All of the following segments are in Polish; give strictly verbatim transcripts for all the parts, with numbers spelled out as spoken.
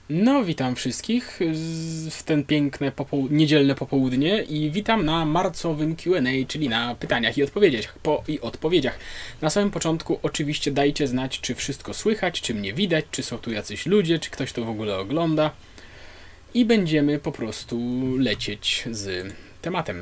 No, witam wszystkich z- w ten piękne popoł- niedzielne popołudnie i witam na marcowym Q and A, czyli na pytaniach i odpowiedziach. Po, i odpowiedziach. Na samym początku oczywiście dajcie znać, czy wszystko słychać, czy mnie widać, czy są tu jacyś ludzie, czy ktoś to w ogóle ogląda. I będziemy po prostu lecieć z tematem.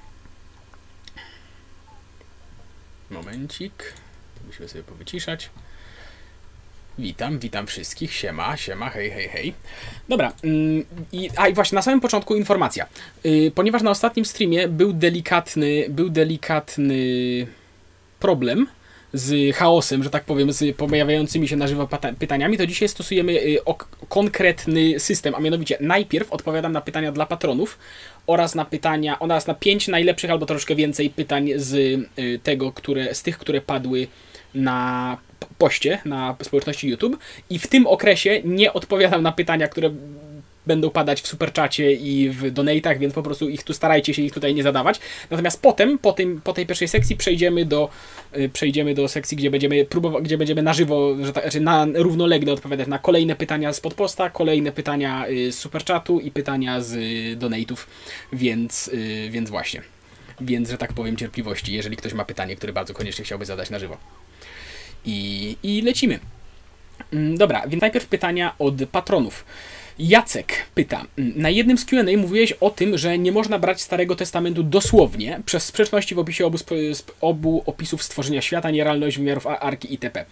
Momencik. To musimy sobie powyciszać. Witam, witam wszystkich, siema, siema, hej, hej, hej. Dobra, mm, i, a i właśnie na samym początku informacja. Yy, ponieważ na ostatnim streamie był delikatny, był delikatny problem z chaosem, że tak powiem, z pojawiającymi się na żywo pata- pytaniami, to dzisiaj stosujemy yy, ok- konkretny system, a mianowicie najpierw odpowiadam na pytania dla patronów oraz na pytania, oraz na pięć najlepszych albo troszkę więcej pytań z yy, tego, które, z tych, które padły na poście na społeczności YouTube i w tym okresie nie odpowiadam na pytania, które będą padać w superczacie i w donatach, więc po prostu ich tu starajcie się ich tutaj nie zadawać. Natomiast potem, po, tym, po tej pierwszej sekcji przejdziemy do, yy, przejdziemy do sekcji, gdzie będziemy próbować, gdzie będziemy na żywo, że tak, znaczy na równolegle odpowiadać na kolejne pytania z podposta, kolejne pytania yy, z superchatu i pytania z yy, donatów, więc, yy, więc właśnie. Więc, że tak powiem, cierpliwości, jeżeli ktoś ma pytanie, które bardzo koniecznie chciałby zadać na żywo. I, I lecimy. Dobra, więc najpierw pytania od patronów. Jacek pyta. Na jednym z Q and A mówiłeś o tym, że nie można brać Starego Testamentu dosłownie przez sprzeczności w opisie obu, obu opisów stworzenia świata, nierealność wymiarów arki itp.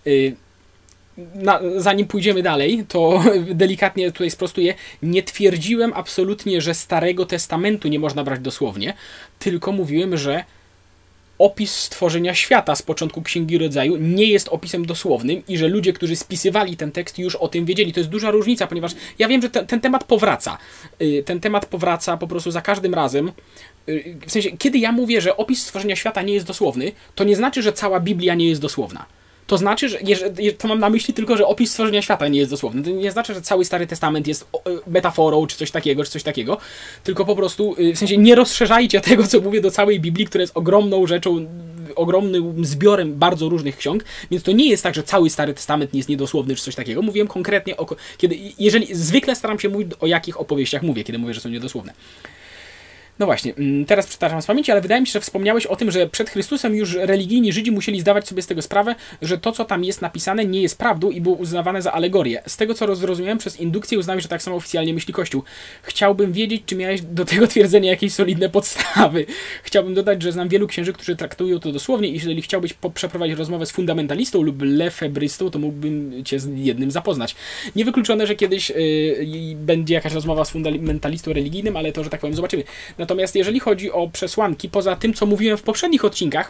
Na, zanim pójdziemy dalej, to delikatnie tutaj sprostuję. Nie twierdziłem absolutnie, że Starego Testamentu nie można brać dosłownie, tylko mówiłem, że opis stworzenia świata z początku Księgi Rodzaju nie jest opisem dosłownym i że ludzie, którzy spisywali ten tekst, już o tym wiedzieli. To jest duża różnica, ponieważ ja wiem, że ten, ten temat powraca. Ten temat powraca po prostu za każdym razem. W sensie, kiedy ja mówię, że opis stworzenia świata nie jest dosłowny, to nie znaczy, że cała Biblia nie jest dosłowna. To znaczy, że to mam na myśli tylko, że opis stworzenia świata nie jest dosłowny. To nie znaczy, że cały Stary Testament jest metaforą, czy coś takiego, czy coś takiego. Tylko po prostu, w sensie nie rozszerzajcie tego, co mówię, do całej Biblii, która jest ogromną rzeczą, ogromnym zbiorem bardzo różnych ksiąg. Więc to nie jest tak, że cały Stary Testament nie jest niedosłowny, czy coś takiego. Mówiłem konkretnie o... Kiedy, jeżeli zwykle staram się mówić, o jakich opowieściach mówię, kiedy mówię, że są niedosłowne. No właśnie, teraz przepraszam z pamięci, ale wydaje mi się, że wspomniałeś o tym, że przed Chrystusem już religijni Żydzi musieli zdawać sobie z tego sprawę, że to, co tam jest napisane, nie jest prawdą i było uznawane za alegorię. Z tego, co zrozumiałem przez indukcję, uznałeś, że tak samo oficjalnie myśli Kościół. Chciałbym wiedzieć, czy miałeś do tego twierdzenia jakieś solidne podstawy. Chciałbym dodać, że znam wielu księży, którzy traktują to dosłownie i jeżeli chciałbyś przeprowadzić rozmowę z fundamentalistą lub lefebrystą, to mógłbym cię z jednym zapoznać. Niewykluczone, że kiedyś yy, będzie jakaś rozmowa z fundamentalistą religijnym, ale to, że tak powiem, zobaczymy. Natomiast jeżeli chodzi o przesłanki, poza tym, co mówiłem w poprzednich odcinkach,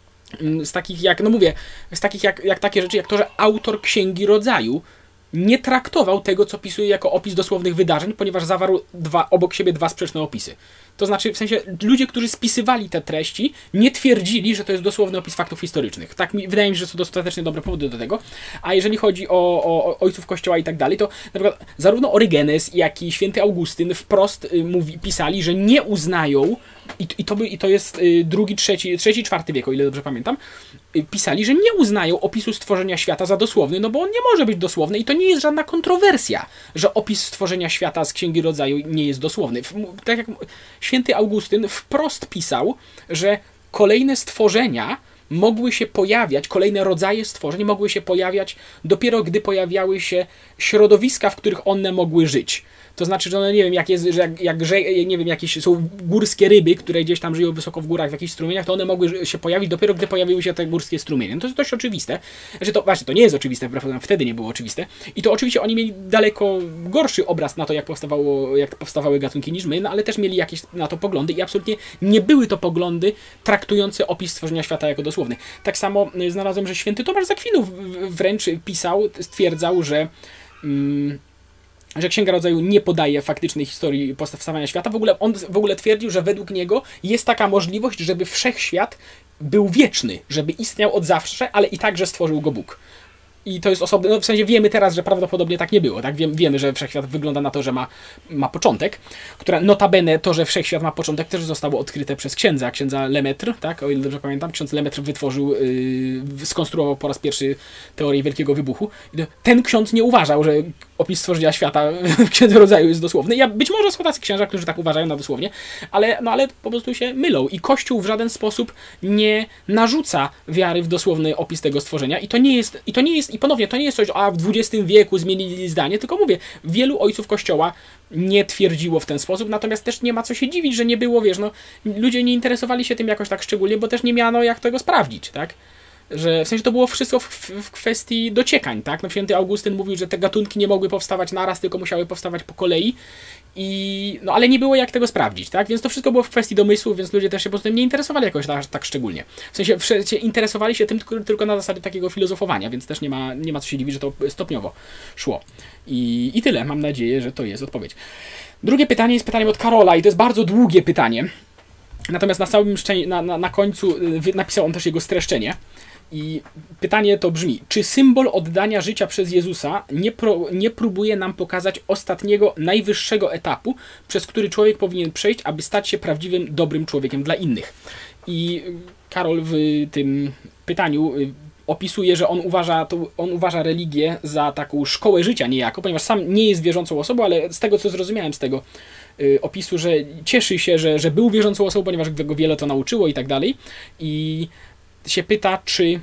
z takich jak, no mówię, z takich jak, jak takie rzeczy, jak to, że autor Księgi Rodzaju nie traktował tego, co pisuje jako opis dosłownych wydarzeń, ponieważ zawarł dwa, obok siebie dwa sprzeczne opisy. To znaczy, w sensie, ludzie, którzy spisywali te treści, nie twierdzili, że to jest dosłowny opis faktów historycznych. Tak mi, wydaje mi się, że są dostatecznie dobre powody do tego. A jeżeli chodzi o, o, o ojców Kościoła i tak dalej, to na przykład zarówno Orygenes, jak i święty Augustyn wprost y, mówi, pisali, że nie uznają, i, i, to, by, i to jest y, drugi, trzeci, trzeci, czwarty wiek, o ile dobrze pamiętam, y, pisali, że nie uznają opisu stworzenia świata za dosłowny, no bo on nie może być dosłowny i to nie jest żadna kontrowersja, że opis stworzenia świata z Księgi Rodzaju nie jest dosłowny. Tak jak święty Augustyn wprost pisał, że kolejne stworzenia mogły się pojawiać, kolejne rodzaje stworzeń mogły się pojawiać dopiero gdy pojawiały się środowiska, w których one mogły żyć. To znaczy, że one, nie wiem, jak jest, że jak, jak że, nie wiem, jakieś są górskie ryby, które gdzieś tam żyją wysoko w górach, w jakichś strumieniach, to one mogły się pojawić dopiero, gdy pojawiły się te górskie strumienie. No to jest dość oczywiste. Znaczy to, właśnie, to nie jest oczywiste, wbrew pozorom, wtedy nie było oczywiste. I to oczywiście oni mieli daleko gorszy obraz na to, jak powstawało, jak powstawały gatunki niż my, no ale też mieli jakieś na to poglądy i absolutnie nie były to poglądy traktujące opis stworzenia świata jako dosłowny. Tak samo znalazłem, że święty Tomasz z Akwinu wręcz pisał, stwierdzał, że mm, że Księga Rodzaju nie podaje faktycznej historii powstawania świata. W ogóle on w ogóle twierdził, że według niego jest taka możliwość, żeby wszechświat był wieczny, żeby istniał od zawsze, ale i także stworzył go Bóg. I to jest osobne, no w sensie wiemy teraz, że prawdopodobnie tak nie było, tak? Wiem, wiemy, że wszechświat wygląda na to, że ma, ma początek, która notabene to, że wszechświat ma początek też zostało odkryte przez księdza, księdza Lemaitre, tak? O ile dobrze pamiętam, ksiądz Lemaitre wytworzył, yy, skonstruował po raz pierwszy teorię Wielkiego Wybuchu. Ten ksiądz nie uważał, że opis stworzenia świata w Księdze Rodzaju jest dosłowny. Ja, być może są tacy księża, którzy tak uważają na dosłownie, ale, no, ale po prostu się mylą. I Kościół w żaden sposób nie narzuca wiary w dosłowny opis tego stworzenia. I to nie jest, i to nie jest, i ponownie, to nie jest coś, a w dwudziestym wieku zmienili zdanie, tylko mówię, wielu ojców Kościoła nie twierdziło w ten sposób, natomiast też nie ma co się dziwić, że nie było, wiesz, no, ludzie nie interesowali się tym jakoś tak szczególnie, bo też nie miano jak tego sprawdzić, tak? Że w sensie to było wszystko w, w kwestii dociekań, tak? No święty Augustyn mówił, że te gatunki nie mogły powstawać naraz, tylko musiały powstawać po kolei. I, no ale nie było jak tego sprawdzić, tak? Więc to wszystko było w kwestii domysłu, więc ludzie też się po prostu tym nie interesowali jakoś tak, tak szczególnie. W sensie, w sensie interesowali się tym tylko, tylko na zasadzie takiego filozofowania, więc też nie ma, nie ma co się dziwić, że to stopniowo szło. I, I tyle. Mam nadzieję, że to jest odpowiedź. Drugie pytanie jest pytaniem od Karola i to jest bardzo długie pytanie. Natomiast na samym szczę- na, na, na końcu napisał on też jego streszczenie. I pytanie to brzmi, czy symbol oddania życia przez Jezusa nie, pro, nie próbuje nam pokazać ostatniego, najwyższego etapu, przez który człowiek powinien przejść, aby stać się prawdziwym, dobrym człowiekiem dla innych? I Karol w tym pytaniu opisuje, że on uważa, to, on uważa religię za taką szkołę życia niejako, ponieważ sam nie jest wierzącą osobą, ale z tego, co zrozumiałem z tego y, opisu, że cieszy się, że, że był wierzącą osobą, ponieważ go wiele to nauczyło i tak dalej. I się pyta, czy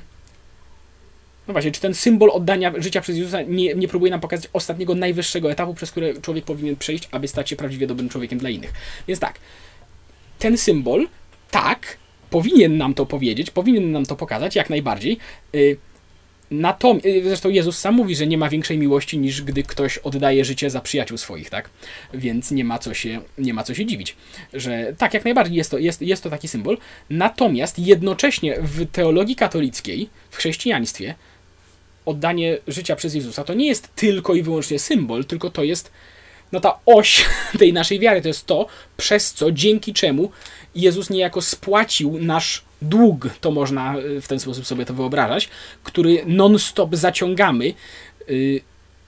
no właśnie, czy ten symbol oddania życia przez Jezusa nie, nie próbuje nam pokazać ostatniego, najwyższego etapu, przez który człowiek powinien przejść, aby stać się prawdziwie dobrym człowiekiem dla innych. Więc tak, ten symbol, tak, powinien nam to powiedzieć, powinien nam to pokazać, jak najbardziej. Natomiast, zresztą Jezus sam mówi, że nie ma większej miłości, niż gdy ktoś oddaje życie za przyjaciół swoich, tak? Więc nie ma co się, nie ma co się dziwić, że tak, jak najbardziej jest to, jest, jest to taki symbol. Natomiast jednocześnie w teologii katolickiej, w chrześcijaństwie, oddanie życia przez Jezusa to nie jest tylko i wyłącznie symbol, tylko to jest no ta oś tej naszej wiary, to jest to, przez co, dzięki czemu Jezus niejako spłacił nasz dług, to można w ten sposób sobie to wyobrażać, który non-stop zaciągamy, yy,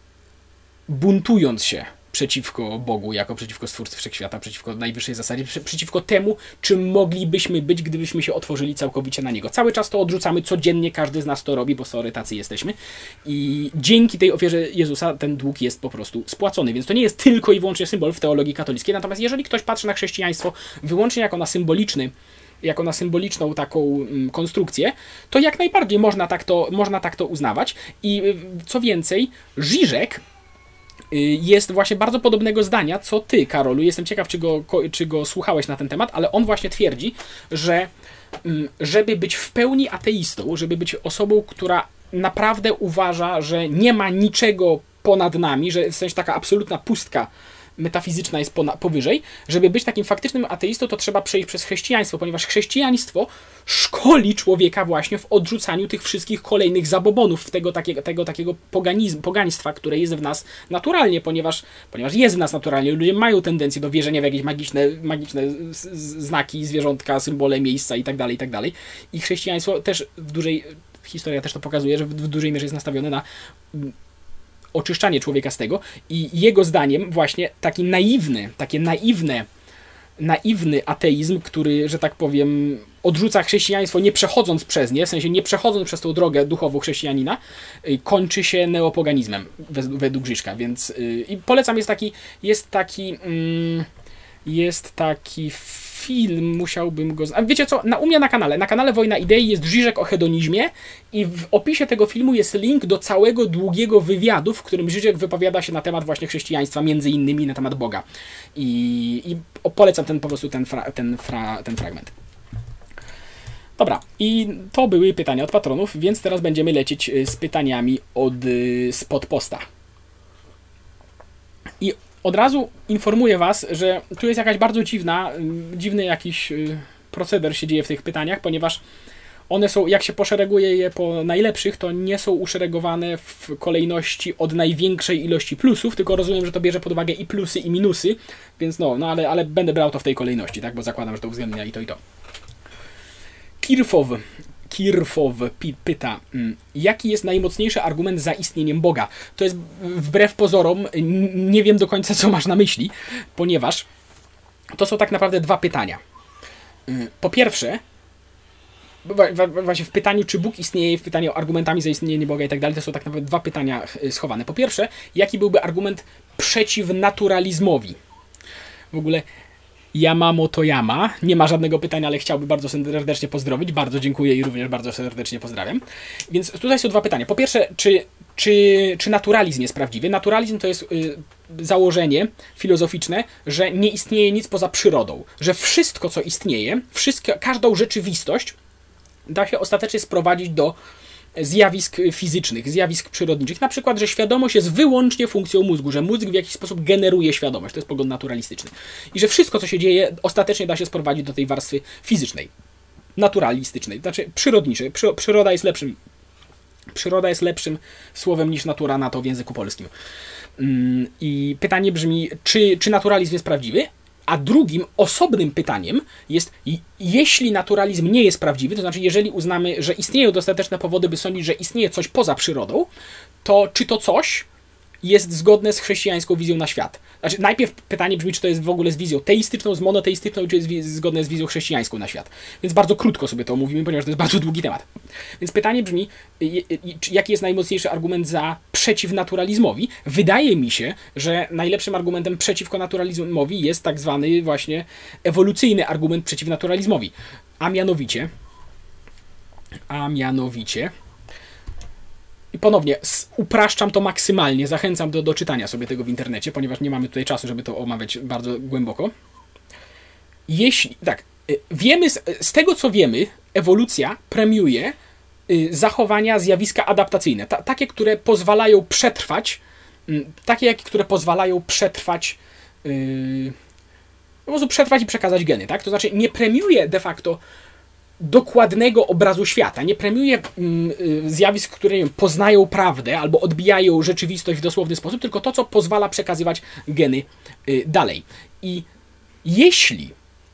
buntując się przeciwko Bogu, jako przeciwko Stwórcy Wszechświata, przeciwko najwyższej zasadzie, przeciwko temu, czym moglibyśmy być, gdybyśmy się otworzyli całkowicie na Niego. Cały czas to odrzucamy, codziennie każdy z nas to robi, bo sorry, tacy jesteśmy. I dzięki tej ofierze Jezusa ten dług jest po prostu spłacony. Więc to nie jest tylko i wyłącznie symbol w teologii katolickiej. Natomiast jeżeli ktoś patrzy na chrześcijaństwo wyłącznie jako na symboliczny, jako na symboliczną taką konstrukcję, to jak najbardziej można tak to, można tak to uznawać. I co więcej, Żyżek jest właśnie bardzo podobnego zdania, co ty, Karolu. Jestem ciekaw, czy go, czy go słuchałeś na ten temat, ale on właśnie twierdzi, że żeby być w pełni ateistą, żeby być osobą, która naprawdę uważa, że nie ma niczego ponad nami, że w sensie taka absolutna pustka metafizyczna jest powyżej, żeby być takim faktycznym ateistą, to trzeba przejść przez chrześcijaństwo, ponieważ chrześcijaństwo szkoli człowieka właśnie w odrzucaniu tych wszystkich kolejnych zabobonów, tego takiego, tego takiego poganizm, pogaństwa, które jest w nas naturalnie, ponieważ, ponieważ jest w nas naturalnie. Ludzie mają tendencję do wierzenia w jakieś magiczne, magiczne znaki, zwierzątka, symbole, miejsca itd., itd. I chrześcijaństwo też w dużej, historia też to pokazuje, że w dużej mierze jest nastawione na oczyszczanie człowieka z tego i jego zdaniem właśnie taki naiwny, takie naiwne, naiwny ateizm, który, że tak powiem, odrzuca chrześcijaństwo nie przechodząc przez nie, w sensie nie przechodząc przez tą drogę duchową chrześcijanina, kończy się neopoganizmem według Żyżka, więc i polecam, jest taki, jest taki, jest taki film, musiałbym go... A wiecie co, na, u mnie na kanale, na kanale Wojna Idei jest Żyżek o hedonizmie i w opisie tego filmu jest link do całego długiego wywiadu, w którym Żyżek wypowiada się na temat właśnie chrześcijaństwa, między innymi na temat Boga. I, i polecam ten po prostu ten, fra, ten, fra, ten fragment. Dobra, i to były pytania od patronów, więc teraz będziemy lecieć z pytaniami od spod posta. I od razu informuję was, że tu jest jakaś bardzo dziwna, dziwny jakiś proceder się dzieje w tych pytaniach, ponieważ one są, jak się poszereguje je po najlepszych, to nie są uszeregowane w kolejności od największej ilości plusów, tylko rozumiem, że to bierze pod uwagę i plusy, i minusy, więc no, no ale, ale będę brał to w tej kolejności, tak, bo zakładam, że to uwzględnia i to, i to. Kirfow, Kirfow pyta, jaki jest najmocniejszy argument za istnieniem Boga? To jest wbrew pozorom, nie wiem do końca, co masz na myśli, ponieważ to są tak naprawdę dwa pytania. Po pierwsze, właśnie w pytaniu, czy Bóg istnieje, w pytaniu o argumentami za istnienie Boga i tak dalej, to są tak naprawdę dwa pytania schowane. Po pierwsze, jaki byłby argument przeciw naturalizmowi? W ogóle Yamamo to Yama, nie ma żadnego pytania, ale chciałby bardzo serdecznie pozdrowić. Bardzo dziękuję i również bardzo serdecznie pozdrawiam. Więc tutaj są dwa pytania. Po pierwsze, czy, czy, czy naturalizm jest prawdziwy? Naturalizm to jest y, założenie filozoficzne, że nie istnieje nic poza przyrodą. Że wszystko, co istnieje, wszystko, każdą rzeczywistość da się ostatecznie sprowadzić do zjawisk fizycznych, zjawisk przyrodniczych. Na przykład, że świadomość jest wyłącznie funkcją mózgu, że mózg w jakiś sposób generuje świadomość. To jest pogląd naturalistyczny. I że wszystko, co się dzieje, ostatecznie da się sprowadzić do tej warstwy fizycznej, naturalistycznej, znaczy przyrodniczej. Przy, przyroda jest lepszym przyroda jest lepszym słowem niż natura na to w języku polskim. I pytanie brzmi, czy, czy naturalizm jest prawdziwy? A drugim, osobnym pytaniem jest, jeśli naturalizm nie jest prawdziwy, to znaczy jeżeli uznamy, że istnieją dostateczne powody, by sądzić, że istnieje coś poza przyrodą, to czy to coś jest zgodne z chrześcijańską wizją na świat? Znaczy, najpierw pytanie brzmi, czy to jest w ogóle z wizją teistyczną, z monoteistyczną, czy jest zgodne z wizją chrześcijańską na świat. Więc bardzo krótko sobie to omówimy, ponieważ to jest bardzo długi temat. Więc pytanie brzmi, jaki jest najmocniejszy argument za przeciw naturalizmowi? Wydaje mi się, że najlepszym argumentem przeciwko naturalizmowi jest tak zwany właśnie ewolucyjny argument przeciw naturalizmowi. A mianowicie, a mianowicie, i ponownie, upraszczam to maksymalnie, zachęcam do, do czytania sobie tego w internecie, ponieważ nie mamy tutaj czasu, żeby to omawiać bardzo głęboko. Jeśli, tak, wiemy, z, z tego co wiemy, ewolucja premiuje y, zachowania, zjawiska adaptacyjne, ta, takie, które pozwalają przetrwać, y, takie, jak, które pozwalają przetrwać, y, po prostu przetrwać i przekazać geny, tak? To znaczy nie premiuje de facto dokładnego obrazu świata, nie premiuje mm, zjawisk, które nie wiem, poznają prawdę albo odbijają rzeczywistość w dosłowny sposób, tylko to, co pozwala przekazywać geny y, dalej. I jeśli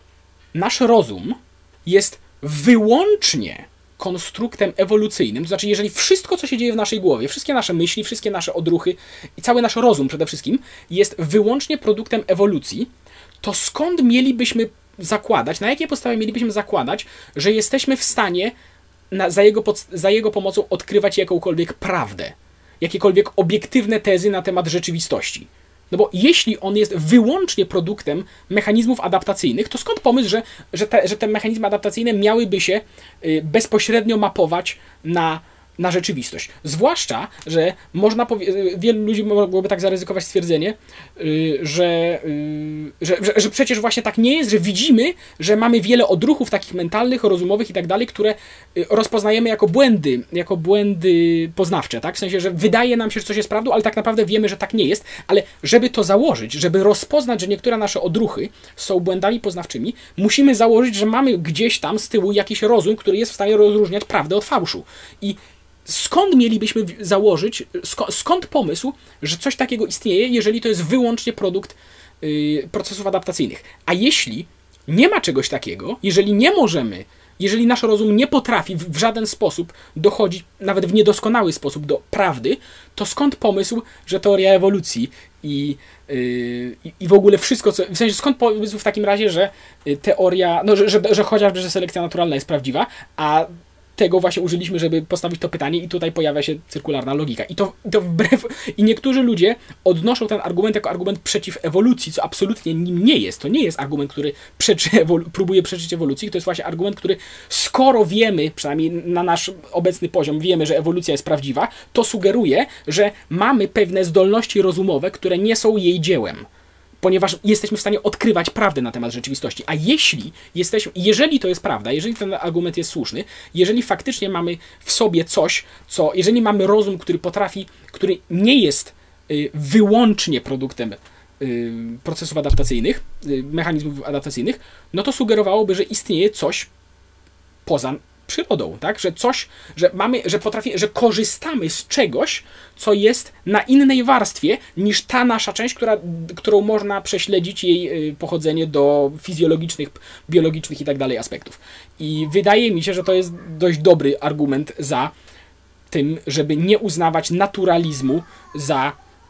nasz rozum jest wyłącznie konstruktem ewolucyjnym, to znaczy jeżeli wszystko, co się dzieje w naszej głowie, wszystkie nasze myśli, wszystkie nasze odruchy i cały nasz rozum przede wszystkim jest wyłącznie produktem ewolucji, to skąd mielibyśmy zakładać, na jakiej podstawie mielibyśmy zakładać, że jesteśmy w stanie na, za, jego pod, za jego pomocą odkrywać jakąkolwiek prawdę, jakiekolwiek obiektywne tezy na temat rzeczywistości. No bo jeśli on jest wyłącznie produktem mechanizmów adaptacyjnych, to skąd pomysł, że, że, te, że te mechanizmy adaptacyjne miałyby się y, bezpośrednio mapować na na rzeczywistość. Zwłaszcza, że można powie- wielu ludzi mogłoby tak zaryzykować stwierdzenie, yy, że, yy, że, że, że przecież właśnie tak nie jest, że widzimy, że mamy wiele odruchów takich mentalnych, rozumowych i tak dalej, które yy, rozpoznajemy jako błędy, jako błędy poznawcze, tak? W sensie, że wydaje nam się, że coś jest prawdą, ale tak naprawdę wiemy, że tak nie jest, ale żeby to założyć, żeby rozpoznać, że niektóre nasze odruchy są błędami poznawczymi, musimy założyć, że mamy gdzieś tam z tyłu jakiś rozum, który jest w stanie rozróżniać prawdę od fałszu. I skąd mielibyśmy założyć, skąd, skąd pomysł, że coś takiego istnieje, jeżeli to jest wyłącznie produkt yy, procesów adaptacyjnych? A jeśli nie ma czegoś takiego, jeżeli nie możemy, jeżeli nasz rozum nie potrafi w, w żaden sposób dochodzić, nawet w niedoskonały sposób do prawdy, to skąd pomysł, że teoria ewolucji i, yy, i w ogóle wszystko, co, w sensie skąd pomysł w takim razie, że teoria, no, że, że, że chociażby, że selekcja naturalna jest prawdziwa, a tego właśnie użyliśmy, żeby postawić to pytanie i tutaj pojawia się cyrkularna logika. I to, to wbrew... I niektórzy ludzie odnoszą ten argument jako argument przeciw ewolucji, co absolutnie nim nie jest. To nie jest argument, który przeczy ewolu... próbuje przeczyć ewolucji, to jest właśnie argument, który skoro wiemy, przynajmniej na nasz obecny poziom, wiemy, że ewolucja jest prawdziwa, to sugeruje, że mamy pewne zdolności rozumowe, które nie są jej dziełem. Ponieważ jesteśmy w stanie odkrywać prawdę na temat rzeczywistości. A jeśli jesteśmy, jeżeli to jest prawda, jeżeli ten argument jest słuszny, jeżeli faktycznie mamy w sobie coś, co, jeżeli mamy rozum, który potrafi, który nie jest y, wyłącznie produktem y, procesów adaptacyjnych, y, mechanizmów adaptacyjnych, no to sugerowałoby, że istnieje coś poza przyrodą, tak? Że coś, że mamy, że potrafi, że korzystamy z czegoś, co jest na innej warstwie niż ta nasza część, która, którą można prześledzić jej pochodzenie do fizjologicznych, biologicznych i tak dalej aspektów. I wydaje mi się, że to jest dość dobry argument za tym, żeby nie uznawać naturalizmu za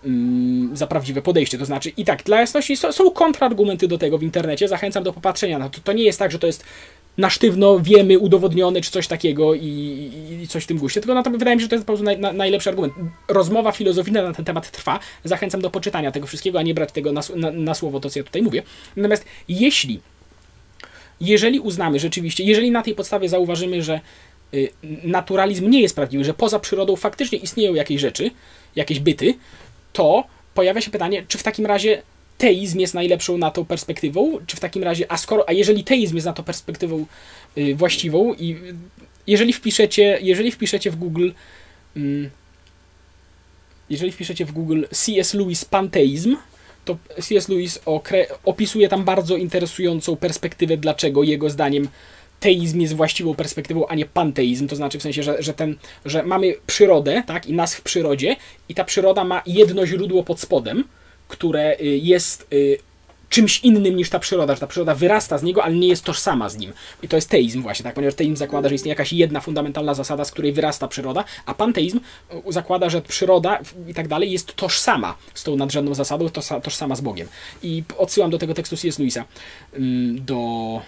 za prawdziwe podejście. To znaczy, i tak, dla jasności są, są kontrargumenty do tego w internecie, zachęcam do popatrzenia na to. To nie jest tak, że to jest na sztywno wiemy, udowodnione, czy coś takiego i, i coś w tym guście. Tylko natomiast wydaje mi się, że to jest po prostu naj, na, najlepszy argument. Rozmowa filozoficzna na ten temat trwa. Zachęcam do poczytania tego wszystkiego, a nie brać tego na, na, na słowo to, co ja tutaj mówię. Natomiast jeśli jeżeli uznamy rzeczywiście, jeżeli na tej podstawie zauważymy, że y, naturalizm nie jest prawdziwy, że poza przyrodą faktycznie istnieją jakieś rzeczy, jakieś byty, to pojawia się pytanie, czy w takim razie teizm jest najlepszą na to perspektywą, czy w takim razie, a skoro, a jeżeli teizm jest na to perspektywą y, właściwą i jeżeli wpiszecie, jeżeli wpiszecie w Google y, jeżeli wpiszecie w Google C S Lewis panteizm, to C S Lewis opisuje tam bardzo interesującą perspektywę, dlaczego jego zdaniem teizm jest właściwą perspektywą, a nie panteizm, to znaczy w sensie, że, że, ten, że mamy przyrodę, tak, i nas w przyrodzie i ta przyroda ma jedno źródło pod spodem, które jest czymś innym niż ta przyroda, że ta przyroda wyrasta z niego, ale nie jest tożsama z nim. I to jest teizm właśnie, tak, ponieważ teizm zakłada, że istnieje jakaś jedna fundamentalna zasada, z której wyrasta przyroda, a panteizm zakłada, że przyroda i tak dalej jest tożsama z tą nadrzędną zasadą, tożsama z Bogiem. I odsyłam do tego tekstu C S Lewisa, do...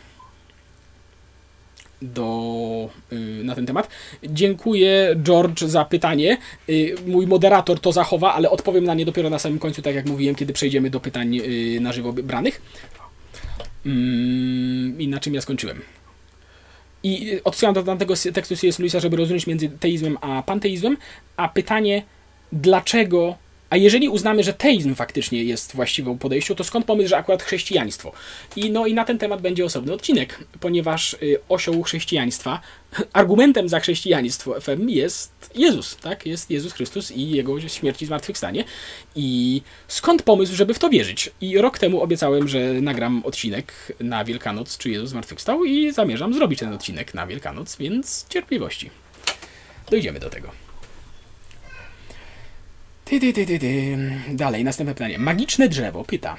do, na ten temat. Dziękuję, George, za pytanie. Mój moderator to zachowa, ale odpowiem na nie dopiero na samym końcu, tak jak mówiłem, kiedy przejdziemy do pytań na żywo branych. I na czym ja skończyłem. I odsyłam do tamtego tekstu C S Lewisa, żeby rozróżnić między teizmem a panteizmem, a pytanie, dlaczego. A jeżeli uznamy, że teizm faktycznie jest właściwą podejścią, to skąd pomysł, że akurat chrześcijaństwo? I, no, i na ten temat będzie osobny odcinek, ponieważ y, osią chrześcijaństwa, argumentem za chrześcijaństwem jest Jezus, tak? Jest Jezus Chrystus i Jego śmierć i zmartwychwstanie. I skąd pomysł, żeby w to wierzyć? I rok temu obiecałem, że nagram odcinek na Wielkanoc, czy Jezus zmartwychwstał, i zamierzam zrobić ten odcinek na Wielkanoc, więc cierpliwości. Dojdziemy do tego. Ty, ty, ty, ty, ty. Dalej, następne pytanie. Magiczne drzewo pyta.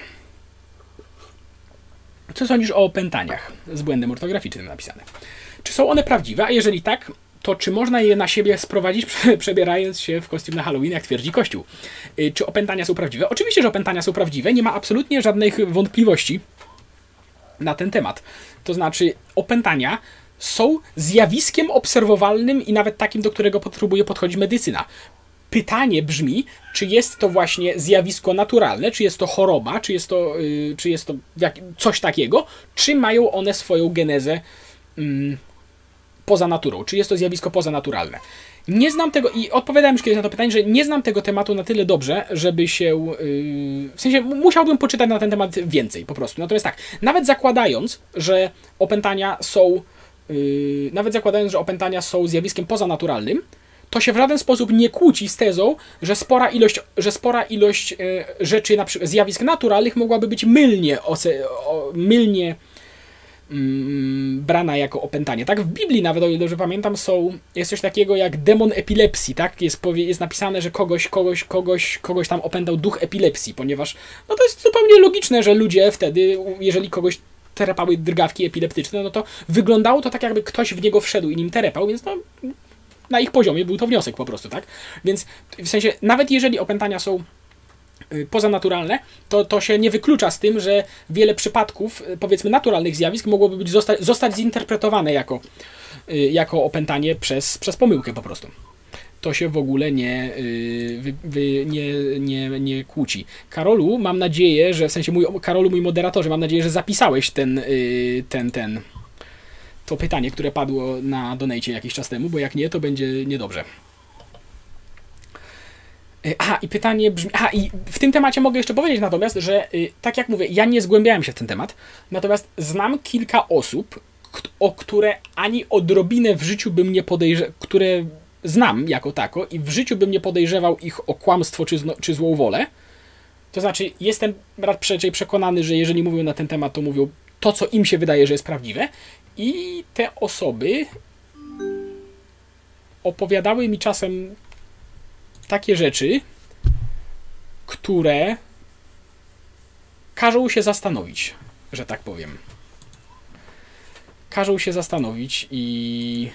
Co sądzisz o opętaniach? Z błędem ortograficznym napisane. Czy są one prawdziwe? A jeżeli tak, to czy można je na siebie sprowadzić, przebierając się w kostium na Halloween, jak twierdzi Kościół? Czy opętania są prawdziwe? Oczywiście, że opętania są prawdziwe. Nie ma absolutnie żadnych wątpliwości na ten temat. To znaczy, opętania są zjawiskiem obserwowalnym i nawet takim, do którego próbuje podchodzić medycyna. Pytanie brzmi, czy jest to właśnie zjawisko naturalne, czy jest to choroba, czy jest to, yy, czy jest to jak, coś takiego, czy mają one swoją genezę yy, poza naturą, czy jest to zjawisko pozanaturalne. Nie znam tego i odpowiadałem już kiedyś na to pytanie, że nie znam tego tematu na tyle dobrze, żeby się, yy, w sensie musiałbym poczytać na ten temat więcej po prostu. Natomiast tak, nawet zakładając, że opętania są, yy, nawet zakładając, że opętania są zjawiskiem pozanaturalnym, to się w żaden sposób nie kłóci z tezą, że spora ilość, że spora ilość rzeczy, na przykład zjawisk naturalnych, mogłaby być mylnie, oce, o, mylnie mm, brana jako opętanie. Tak? W Biblii nawet, o ile dobrze pamiętam, są, jest coś takiego jak demon epilepsji. Tak? Jest, jest napisane, że kogoś, kogoś, kogoś, kogoś tam opętał duch epilepsji, ponieważ no to jest zupełnie logiczne, że ludzie wtedy, jeżeli kogoś terepały drgawki epileptyczne, no to wyglądało to tak, jakby ktoś w niego wszedł i nim terepał, więc no na ich poziomie był to wniosek po prostu, tak? Więc w sensie, nawet jeżeli opętania są pozanaturalne, to, to się nie wyklucza z tym, że wiele przypadków, powiedzmy, naturalnych zjawisk mogłoby być zostać, zostać zinterpretowane jako, jako opętanie przez, przez pomyłkę po prostu. To się w ogóle nie, wy, wy, nie, nie, nie kłóci. Karolu, mam nadzieję, że w sensie mój, Karolu, mój moderatorze, mam nadzieję, że zapisałeś ten, ten, ten to pytanie, które padło na donajcie jakiś czas temu, bo jak nie, to będzie niedobrze. Aha, i pytanie brzmi... Aha, i w tym temacie mogę jeszcze powiedzieć natomiast, że tak jak mówię, ja nie zgłębiałem się w ten temat, natomiast znam kilka osób, o które ani odrobinę w życiu bym nie podejrzewał, które znam jako tako i w życiu bym nie podejrzewał ich o kłamstwo czy, zno, czy złą wolę. To znaczy, jestem raczej przekonany, że jeżeli mówią na ten temat, to mówią to, co im się wydaje, że jest prawdziwe. I te osoby opowiadały mi czasem takie rzeczy, które każą się zastanowić, że tak powiem. Każą się zastanowić i...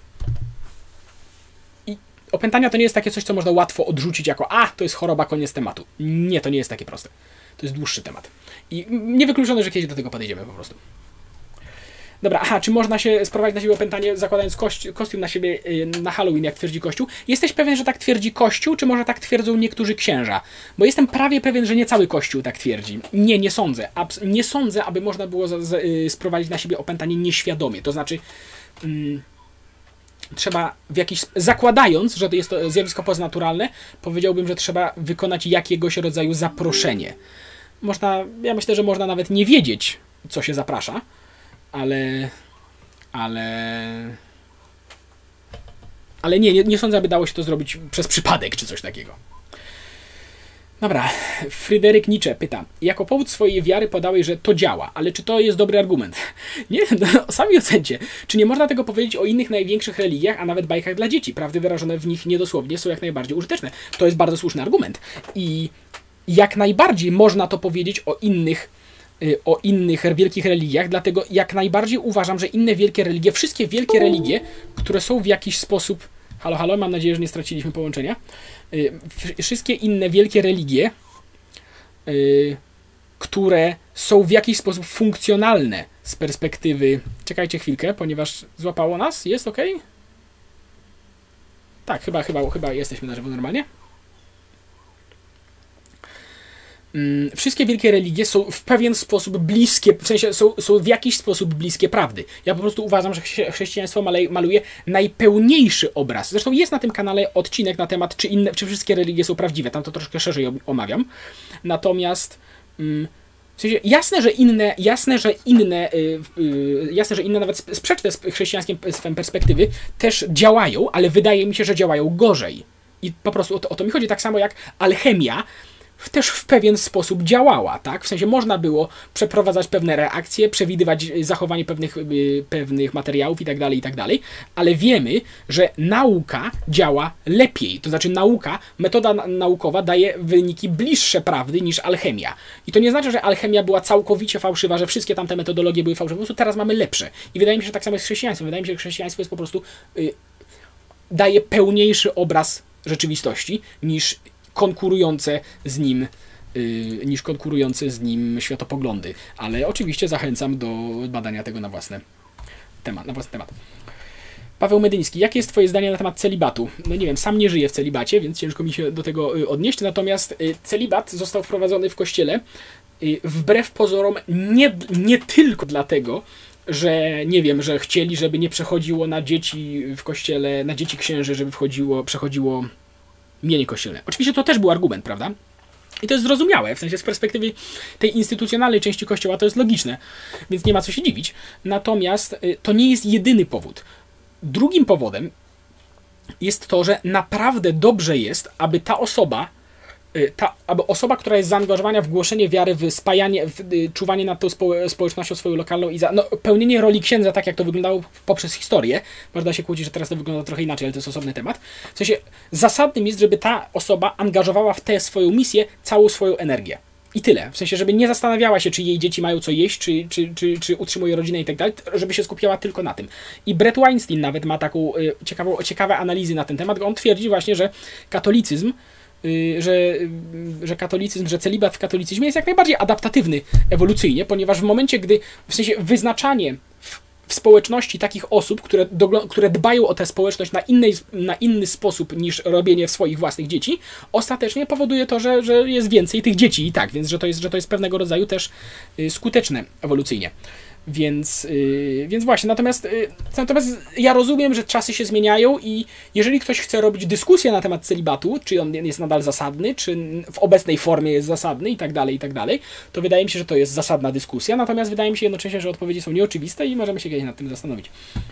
I opętania to nie jest takie coś, co można łatwo odrzucić jako a, to jest choroba, koniec tematu. Nie, to nie jest takie proste. To jest dłuższy temat. I niewykluczone, że kiedyś do tego podejdziemy po prostu. Dobra, aha, czy można się sprowadzić na siebie opętanie, zakładając kości, kostium na siebie yy, na Halloween, jak twierdzi Kościół? Jesteś pewien, że tak twierdzi Kościół, czy może tak twierdzą niektórzy księża? Bo jestem prawie pewien, że nie cały Kościół tak twierdzi. Nie, nie sądzę. Abs nie sądzę, aby można było z, z, yy, sprowadzić na siebie opętanie nieświadomie. To znaczy... Yy, trzeba w jakiś... Zakładając, że to jest to zjawisko poznaturalne, powiedziałbym, że trzeba wykonać jakiegoś rodzaju zaproszenie. Można... Ja myślę, że można nawet nie wiedzieć, co się zaprasza, ale... Ale... Ale nie, nie, nie sądzę, aby dało się to zrobić przez przypadek, czy coś takiego. Dobra, Fryderyk Nietzsche pyta, jako powód swojej wiary podałeś, że to działa, ale czy to jest dobry argument? Nie, no, sami ocencie. Czy nie można tego powiedzieć o innych największych religiach, a nawet bajkach dla dzieci? Prawdy wyrażone w nich niedosłownie są jak najbardziej użyteczne. To jest bardzo słuszny argument. I jak najbardziej można to powiedzieć o innych, o innych wielkich religiach, dlatego jak najbardziej uważam, że inne wielkie religie, wszystkie wielkie religie, które są w jakiś sposób... Halo, halo, mam nadzieję, że nie straciliśmy połączenia. Wszystkie inne wielkie religie, które są w jakiś sposób funkcjonalne z perspektywy... Czekajcie chwilkę, ponieważ złapało nas. Jest ok? Tak, chyba, chyba, chyba jesteśmy na żywo normalnie. Wszystkie wielkie religie są w pewien sposób bliskie, w sensie są, są w jakiś sposób bliskie prawdy. Ja po prostu uważam, że chrześcijaństwo maluje najpełniejszy obraz. Zresztą jest na tym kanale odcinek na temat, czy, inne, czy wszystkie religie są prawdziwe. Tam to troszkę szerzej omawiam. Natomiast w sensie jasne, że inne, jasne, że inne, jasne, że inne nawet sprzeczne z chrześcijańskim perspektywy też działają, ale wydaje mi się, że działają gorzej. I po prostu o to, o to mi chodzi, tak samo jak alchemia też w pewien sposób działała, tak? W sensie można było przeprowadzać pewne reakcje, przewidywać zachowanie pewnych, yy, pewnych materiałów i tak dalej, i tak dalej, ale wiemy, że nauka działa lepiej. To znaczy nauka, metoda naukowa daje wyniki bliższe prawdy niż alchemia. I to nie znaczy, że alchemia była całkowicie fałszywa, że wszystkie tamte metodologie były fałszywe, po prostu teraz mamy lepsze. I wydaje mi się, że tak samo jest z chrześcijaństwem. Wydaje mi się, że chrześcijaństwo jest po prostu yy, daje pełniejszy obraz rzeczywistości niż konkurujące z nim yy, niż konkurujące z nim światopoglądy. Ale oczywiście zachęcam do badania tego na własne temat, na własny temat. Paweł Medyński, jakie jest twoje zdanie na temat celibatu? No nie wiem, sam nie żyję w celibacie, więc ciężko mi się do tego yy, odnieść. Natomiast yy, celibat został wprowadzony w kościele yy, wbrew pozorom nie, nie tylko dlatego, że nie wiem, że chcieli, żeby nie przechodziło na dzieci w kościele, na dzieci księży, żeby wchodziło, przechodziło mienie kościelne. Oczywiście to też był argument, prawda? I to jest zrozumiałe, w sensie z perspektywy tej instytucjonalnej części kościoła to jest logiczne, więc nie ma co się dziwić. Natomiast y, to nie jest jedyny powód. Drugim powodem jest to, że naprawdę dobrze jest, aby ta osoba, y, ta, aby osoba, która jest zaangażowana w głoszenie wiary, w spajanie, w y, czuwanie nad tą spo, społecznością swoją lokalną i za, no, pełnienie roli księdza, tak jak to wyglądało poprzez historię, można się kłócić, że teraz to wygląda trochę inaczej, ale to jest osobny temat. W sensie zasadnym jest, żeby ta osoba angażowała w tę swoją misję całą swoją energię. I tyle. W sensie, żeby nie zastanawiała się, czy jej dzieci mają co jeść, czy, czy, czy, czy utrzymuje rodzinę i tak dalej, żeby się skupiała tylko na tym. I Brett Weinstein nawet ma taką y, ciekawą, ciekawe analizy na ten temat. On twierdzi właśnie, że katolicyzm Że, że katolicyzm, że celibat w katolicyzmie jest jak najbardziej adaptatywny ewolucyjnie, ponieważ w momencie, gdy w sensie wyznaczanie w, w społeczności takich osób, które, do, które dbają o tę społeczność na, innej, na inny sposób niż robienie swoich własnych dzieci, ostatecznie powoduje to, że, że jest więcej tych dzieci i tak, więc że to jest, że to jest pewnego rodzaju też skuteczne ewolucyjnie. Więc, yy, więc właśnie, natomiast, yy, natomiast ja rozumiem, że czasy się zmieniają i jeżeli ktoś chce robić dyskusję na temat celibatu, czy on jest nadal zasadny, czy w obecnej formie jest zasadny i tak dalej, i tak dalej, to wydaje mi się, że to jest zasadna dyskusja, natomiast wydaje mi się jednocześnie, że odpowiedzi są nieoczywiste i możemy się kiedyś nad tym zastanowić.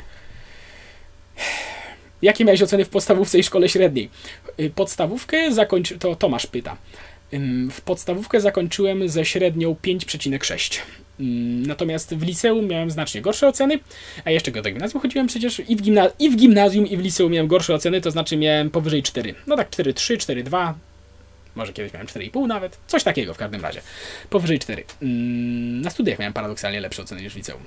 Jakie miałeś oceny w podstawówce i szkole średniej? Podstawówkę zakończy... to Tomasz pyta. W podstawówkę zakończyłem ze średnią pięć przecinek sześć. Natomiast w liceum miałem znacznie gorsze oceny, a jeszcze do gimnazjum chodziłem przecież i w, gimna i w gimnazjum i w liceum miałem gorsze oceny, to znaczy miałem powyżej cztery. No tak cztery trzy, cztery dwa, może kiedyś miałem cztery i pół nawet, coś takiego w każdym razie. Powyżej cztery. Na studiach miałem paradoksalnie lepsze oceny niż w liceum.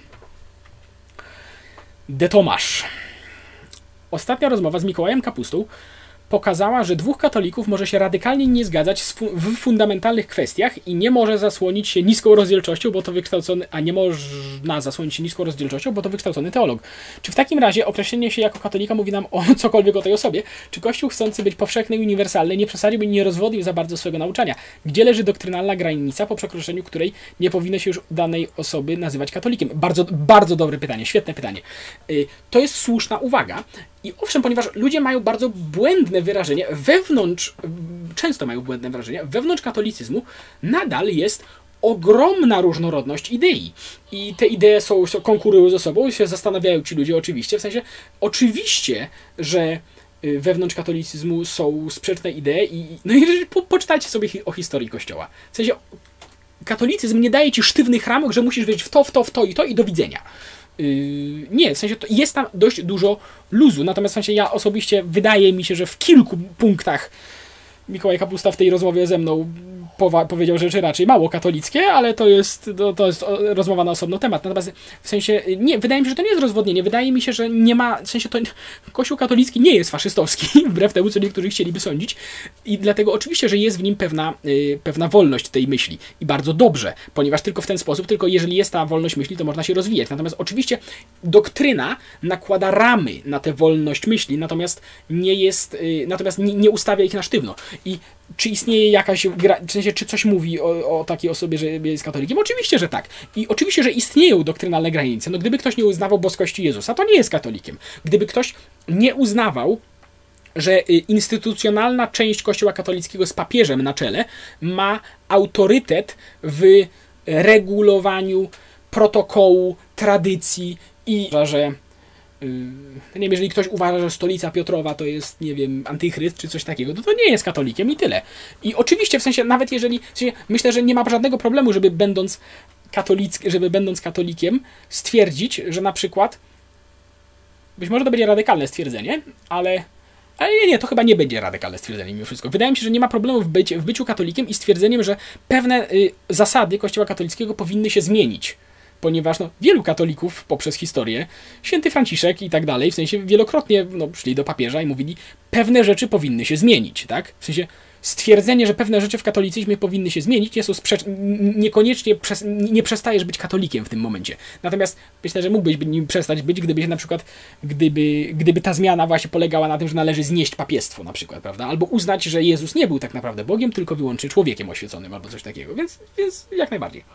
De Tomasz. Ostatnia rozmowa z Mikołajem Kapustą pokazała, że dwóch katolików może się radykalnie nie zgadzać w fundamentalnych kwestiach i nie może zasłonić się niską rozdzielczością, bo to wykształcony, a nie można zasłonić się niską rozdzielczością, bo to wykształcony teolog. Czy w takim razie określenie się jako katolika mówi nam o cokolwiek o tej osobie? Czy Kościół, chcący być powszechny i uniwersalny, nie przesadziłby i nie rozwodnił za bardzo swojego nauczania? Gdzie leży doktrynalna granica, po przekroczeniu której nie powinno się już danej osoby nazywać katolikiem? Bardzo, bardzo dobre pytanie, świetne pytanie. To jest słuszna uwaga. I owszem, ponieważ ludzie mają bardzo błędne wyrażenie, wewnątrz, często mają błędne wrażenie, wewnątrz katolicyzmu nadal jest ogromna różnorodność idei. I te idee są, są konkurują ze sobą i się zastanawiają ci ludzie oczywiście, w sensie oczywiście, że wewnątrz katolicyzmu są sprzeczne idee i no i po, poczytajcie sobie o historii Kościoła. W sensie katolicyzm nie daje ci sztywnych ramok, że musisz wejść w to, w to, w to i to i do widzenia. Yy, nie, w sensie to jest tam dość dużo luzu, natomiast w sensie ja osobiście wydaje mi się, że w kilku punktach Mikołaj Kapusta w tej rozmowie ze mną powa- powiedział rzeczy raczej mało katolickie, ale to jest, to, to jest rozmowa na osobny temat. Natomiast w sensie, nie, wydaje mi się, że to nie jest rozwodnienie. Wydaje mi się, że nie ma, w sensie to Kościół katolicki nie jest faszystowski, wbrew temu, co niektórzy chcieliby sądzić. I dlatego oczywiście, że jest w nim pewna, yy, pewna wolność tej myśli. I bardzo dobrze, ponieważ tylko w ten sposób, tylko jeżeli jest ta wolność myśli, to można się rozwijać. Natomiast oczywiście doktryna nakłada ramy na tę wolność myśli, natomiast nie jest, yy, natomiast nie, nie ustawia ich na sztywno. I czy istnieje jakaś, w sensie, czy coś mówi o, o takiej osobie, że jest katolikiem? Oczywiście, że tak. I oczywiście, że istnieją doktrynalne granice. No gdyby ktoś nie uznawał boskości Jezusa, to nie jest katolikiem. Gdyby ktoś nie uznawał, że instytucjonalna część Kościoła katolickiego z papieżem na czele ma autorytet w regulowaniu protokołu, tradycji i że nie wiem, jeżeli ktoś uważa, że stolica Piotrowa to jest, nie wiem, antychryst czy coś takiego, to to nie jest katolikiem i tyle. I oczywiście, w sensie, nawet jeżeli, w sensie, myślę, że nie ma żadnego problemu, żeby będąc katolickim, żeby będąc katolikiem stwierdzić, że na przykład, być może to będzie radykalne stwierdzenie, ale ale nie, nie, to chyba nie będzie radykalne stwierdzenie mimo wszystko. Wydaje mi się, że nie ma problemu w, być, w byciu katolikiem i stwierdzeniem, że pewne y, zasady Kościoła katolickiego powinny się zmienić. Ponieważ no, wielu katolików poprzez historię, święty Franciszek i tak dalej, w sensie wielokrotnie no, szli do papieża i mówili, pewne rzeczy powinny się zmienić, tak? W sensie stwierdzenie, że pewne rzeczy w katolicyzmie powinny się zmienić, nie są sprzecz... niekoniecznie przez... nie przestajesz być katolikiem w tym momencie. Natomiast myślę, że mógłbyś nim przestać być, gdyby się na przykład, gdyby, gdyby ta zmiana właśnie polegała na tym, że należy znieść papiestwo na przykład, prawda? Albo uznać, że Jezus nie był tak naprawdę Bogiem, tylko wyłącznie człowiekiem oświeconym albo coś takiego. Więc, więc jak najbardziej.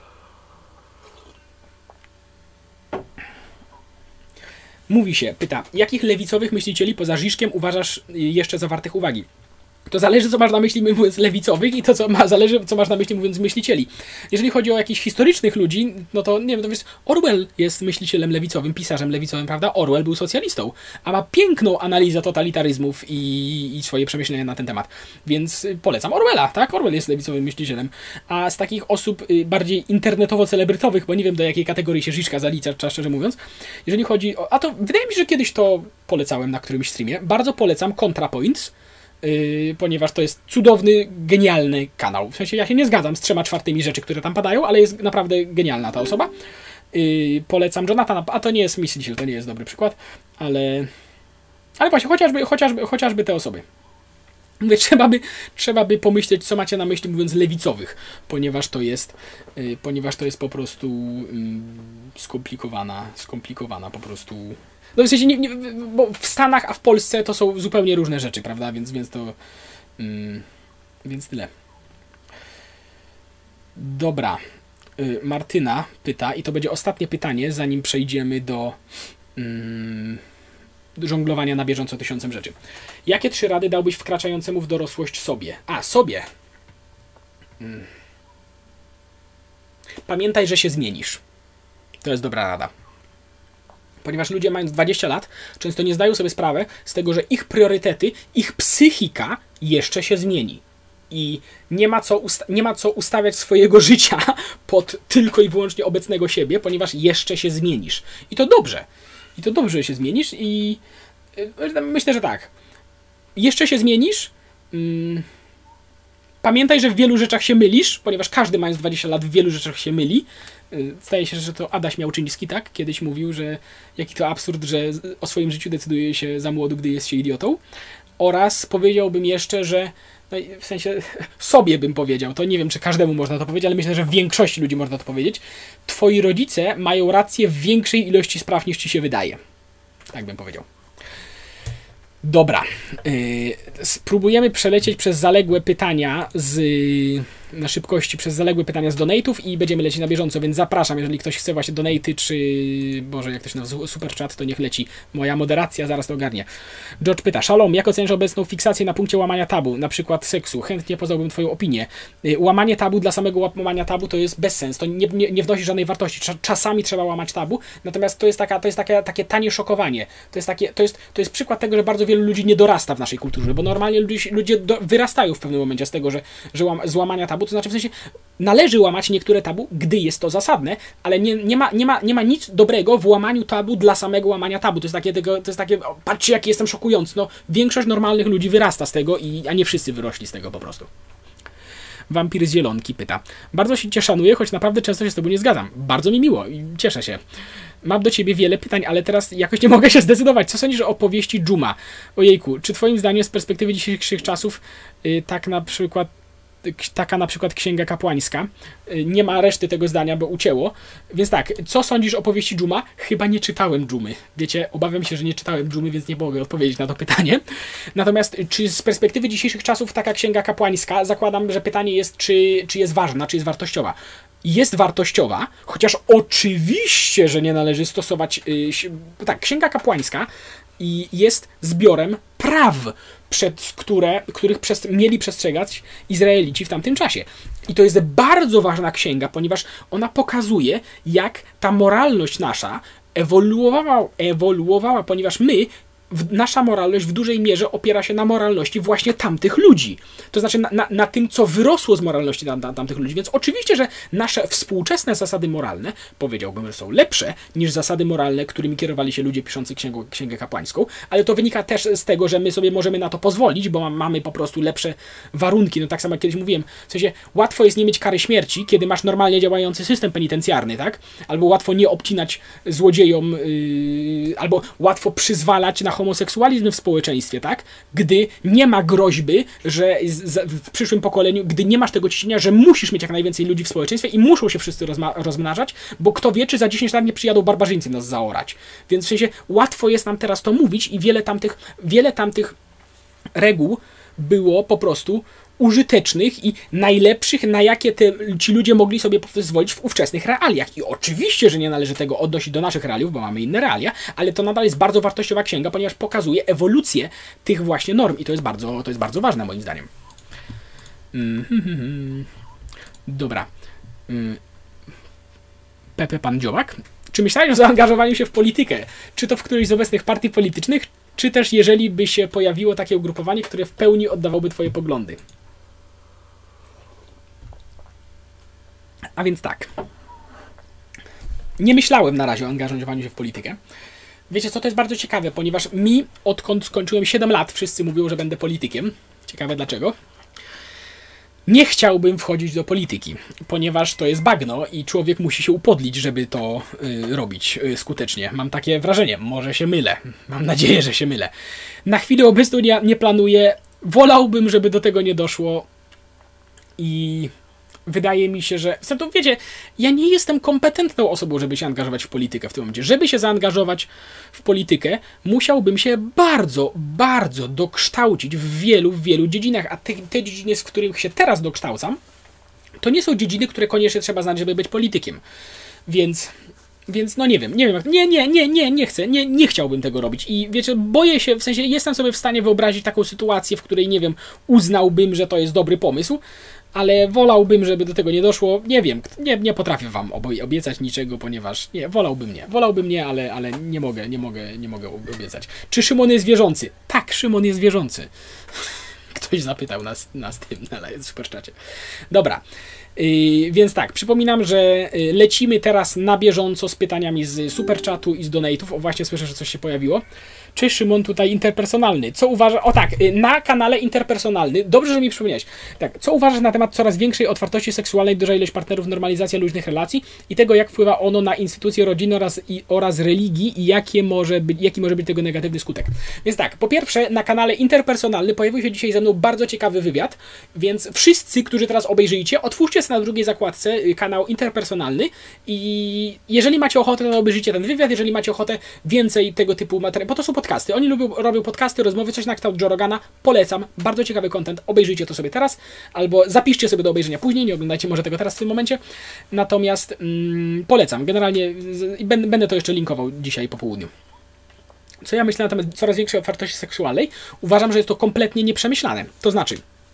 Mówi się, pyta, jakich lewicowych myślicieli poza Żiżkiem uważasz jeszcze zawartych uwagi? To zależy, co masz na myśli mówiąc lewicowych i to co ma, zależy, co masz na myśli mówiąc myślicieli. Jeżeli chodzi o jakichś historycznych ludzi, no to nie wiem, to jest Orwell jest myślicielem lewicowym, pisarzem lewicowym, prawda? Orwell był socjalistą, a ma piękną analizę totalitaryzmów i, i swoje przemyślenia na ten temat. Więc polecam Orwella, tak? Orwell jest lewicowym myślicielem. A z takich osób bardziej internetowo-celebrytowych, bo nie wiem do jakiej kategorii się Żiżka zalicza, szczerze mówiąc, jeżeli chodzi o... A to wydaje mi się, że kiedyś to polecałem na którymś streamie. Bardzo polecam ContraPoints. Yy, ponieważ to jest cudowny, genialny kanał. W sensie ja się nie zgadzam z trzema czwartymi rzeczy, które tam padają, ale jest naprawdę genialna ta osoba. Yy, polecam Jonathana, a to nie jest myśliciel, to nie jest dobry przykład, ale ale właśnie, chociażby, chociażby, chociażby te osoby. Mówię, trzeba by, trzeba by pomyśleć, co macie na myśli mówiąc lewicowych, ponieważ to jest yy, ponieważ to jest po prostu yy, skomplikowana, skomplikowana po prostu. No w sensie, nie, nie, bo w Stanach, a w Polsce to są zupełnie różne rzeczy, prawda? Więc, więc to... Mm, więc tyle. Dobra. Y, Martyna pyta, i to będzie ostatnie pytanie, zanim przejdziemy do, mm, do żonglowania na bieżąco tysiącem rzeczy. Jakie trzy rady dałbyś wkraczającemu w dorosłość sobie? A, sobie. Mm. Pamiętaj, że się zmienisz. To jest dobra rada. Ponieważ ludzie mając dwadzieścia lat często nie zdają sobie sprawy z tego, że ich priorytety, ich psychika jeszcze się zmieni. I nie ma co, usta- nie ma co ustawiać swojego życia pod tylko i wyłącznie obecnego siebie, ponieważ jeszcze się zmienisz. I to dobrze. I to dobrze, że się zmienisz i yy, myślę, że tak. Jeszcze się zmienisz. Yy, pamiętaj, że w wielu rzeczach się mylisz, ponieważ każdy mając dwadzieścia lat w wielu rzeczach się myli. Zdaje się, że to Adaś Miałczyński, tak? Kiedyś mówił, że jaki to absurd, że o swoim życiu decyduje się za młodu, gdy jest się idiotą. oraz powiedziałbym jeszcze, że no w sensie sobie bym powiedział, to nie wiem, czy każdemu można to powiedzieć, ale myślę, że w większości ludzi można to powiedzieć. Twoi rodzice mają rację w większej ilości spraw, niż ci się wydaje. Tak bym powiedział. Dobra. Yy, spróbujemy przelecieć przez zaległe pytania z... na szybkości przez zaległe pytania z donate'ów i będziemy lecieć na bieżąco, więc zapraszam, jeżeli ktoś chce właśnie donate'y, czy Boże, jak to się nazywa, super chat, to niech leci. Moja moderacja zaraz to ogarnie. George pyta, Shalom, jak oceniasz obecną fiksację na punkcie łamania tabu, na przykład seksu? Chętnie poznałbym twoją opinię. Łamanie tabu dla samego łamania tabu to jest bez sensu, to nie, nie, nie wnosi żadnej wartości. Czasami trzeba łamać tabu, natomiast to jest, taka, to jest takie, takie tanie szokowanie. To jest, takie, to, jest, to jest przykład tego, że bardzo wielu ludzi nie dorasta w naszej kulturze, bo normalnie ludzie, ludzie do, wyrastają w pewnym momencie z tego, że, że łam, z łamania tabu, to znaczy w sensie należy łamać niektóre tabu, gdy jest to zasadne, ale nie, nie, ma, nie, ma, nie ma nic dobrego w łamaniu tabu dla samego łamania tabu. To jest takie, tego, to jest takie o, patrzcie, jaki jestem szokujący. No, większość normalnych ludzi wyrasta z tego, i, a nie wszyscy wyrośli z tego po prostu. Wampir z Zielonki pyta. Bardzo się cię szanuję, choć naprawdę często się z tobą nie zgadzam. Bardzo mi miło i cieszę się. Mam do ciebie wiele pytań, ale teraz jakoś nie mogę się zdecydować. Co sądzisz o powieści Dżuma? Ojejku, czy twoim zdaniem z perspektywy dzisiejszych czasów yy, tak na przykład taka na przykład Księga Kapłańska. Nie ma reszty tego zdania, bo ucięło. Więc tak, co sądzisz o powieści Dżuma? Chyba nie czytałem Dżumy. Wiecie, obawiam się, że nie czytałem Dżumy, więc nie mogę odpowiedzieć na to pytanie. Natomiast czy z perspektywy dzisiejszych czasów taka Księga Kapłańska, zakładam, że pytanie jest, czy, czy jest ważna, czy jest wartościowa. Jest wartościowa, chociaż oczywiście, że nie należy stosować... Yy, tak, Księga Kapłańska i jest zbiorem praw, przed które, których przez, mieli przestrzegać Izraelici w tamtym czasie. I to jest bardzo ważna księga, ponieważ ona pokazuje, jak ta moralność nasza ewoluowała, ewoluowała ponieważ my, w, nasza moralność w dużej mierze opiera się na moralności właśnie tamtych ludzi. To znaczy na, na, na tym, co wyrosło z moralności tam, tam, tamtych ludzi. Więc oczywiście, że nasze współczesne zasady moralne, powiedziałbym, że są lepsze niż zasady moralne, którymi kierowali się ludzie piszący księgę, księgę kapłańską, ale to wynika też z tego, że my sobie możemy na to pozwolić, bo mamy po prostu lepsze warunki. No tak samo jak kiedyś mówiłem, w sensie łatwo jest nie mieć kary śmierci, kiedy masz normalnie działający system penitencjarny, tak? Albo łatwo nie obcinać złodziejom, yy, albo łatwo przyzwalać na homoseksualizm w społeczeństwie, tak? Gdy nie ma groźby, że w przyszłym pokoleniu, gdy nie masz tego ciśnienia, że musisz mieć jak najwięcej ludzi w społeczeństwie i muszą się wszyscy rozmnażać, bo kto wie, czy za dziesięć lat nie przyjadą barbarzyńcy nas zaorać. Więc w sensie łatwo jest nam teraz to mówić i wiele tamtych, wiele tamtych reguł było po prostu użytecznych i najlepszych, na jakie te, ci ludzie mogli sobie pozwolić w ówczesnych realiach. I oczywiście, że nie należy tego odnosić do naszych realiów, bo mamy inne realia, ale to nadal jest bardzo wartościowa księga, ponieważ pokazuje ewolucję tych właśnie norm i to jest bardzo, to jest bardzo ważne moim zdaniem. Mm-hmm. Dobra. Mm. Pepe Pan Dziobak. Czy myślałeś o zaangażowaniu się w politykę? Czy to w którejś z obecnych partii politycznych, czy też jeżeli by się pojawiło takie ugrupowanie, które w pełni oddawałoby twoje poglądy? A więc tak. Nie myślałem na razie o angażowaniu się w politykę. Wiecie co, to jest bardzo ciekawe, ponieważ mi, odkąd skończyłem siedem lat, wszyscy mówią, że będę politykiem. Ciekawe dlaczego. Nie chciałbym wchodzić do polityki, ponieważ to jest bagno i człowiek musi się upodlić, żeby to y, robić y, skutecznie. Mam takie wrażenie, może się mylę. Mam nadzieję, że się mylę. Na chwilę obecną nie, nie planuję. Wolałbym, żeby do tego nie doszło i wydaje mi się, że... Zresztą wiecie, ja nie jestem kompetentną osobą, żeby się angażować w politykę w tym momencie. Żeby się zaangażować w politykę, musiałbym się bardzo, bardzo dokształcić w wielu, w wielu dziedzinach, a te, te dziedziny, z których się teraz dokształcam, to nie są dziedziny, które koniecznie trzeba znać, żeby być politykiem. Więc... Więc no nie wiem, nie wiem, jak, nie, nie, nie, nie, nie chcę, nie, nie chciałbym tego robić i wiecie, boję się, w sensie jestem sobie w stanie wyobrazić taką sytuację, w której, nie wiem, uznałbym, że to jest dobry pomysł, ale wolałbym, żeby do tego nie doszło, nie wiem, nie, nie potrafię wam obiecać niczego, ponieważ, nie, wolałbym nie, wolałbym nie, ale, ale nie mogę, nie mogę, nie mogę obiecać. Czy Szymon jest wierzący? Tak, Szymon jest wierzący. Ktoś zapytał nas, nas tym na superczacie. Dobra. Yy, więc tak, przypominam, że lecimy teraz na bieżąco z pytaniami z superchatu i z donate'ów. O, właśnie słyszę, że coś się pojawiło. Cześć, Szymon, tutaj interpersonalny. Co uważasz... O tak, na kanale interpersonalny, dobrze, że mi przypomniałeś. Tak, co uważasz na temat coraz większej otwartości seksualnej, duża ilość partnerów, normalizacja luźnych relacji i tego, jak wpływa ono na instytucje rodziny oraz, i, oraz religii i jakie może być, jaki może być tego negatywny skutek. Więc tak, po pierwsze, na kanale interpersonalny pojawił się dzisiaj ze mną bardzo ciekawy wywiad, więc wszyscy, którzy teraz obejrzyjcie, otwórzcie sobie na drugiej zakładce kanał interpersonalny i jeżeli macie ochotę, to obejrzyjcie ten wywiad, jeżeli macie ochotę więcej tego typu materiałów, bo to są podcasty. Oni lubią, robią podcasty, rozmowy, coś na kształt Joe Rogana. Polecam. Bardzo ciekawy content. Obejrzyjcie to sobie teraz, albo zapiszcie sobie do obejrzenia później. Nie oglądajcie może tego teraz w tym momencie. Natomiast mm, polecam. Generalnie z, będę, będę to jeszcze linkował dzisiaj po południu. Co ja myślę na temat coraz większej otwartości seksualnej? Uważam, że jest to kompletnie nieprzemyślane. To znaczy...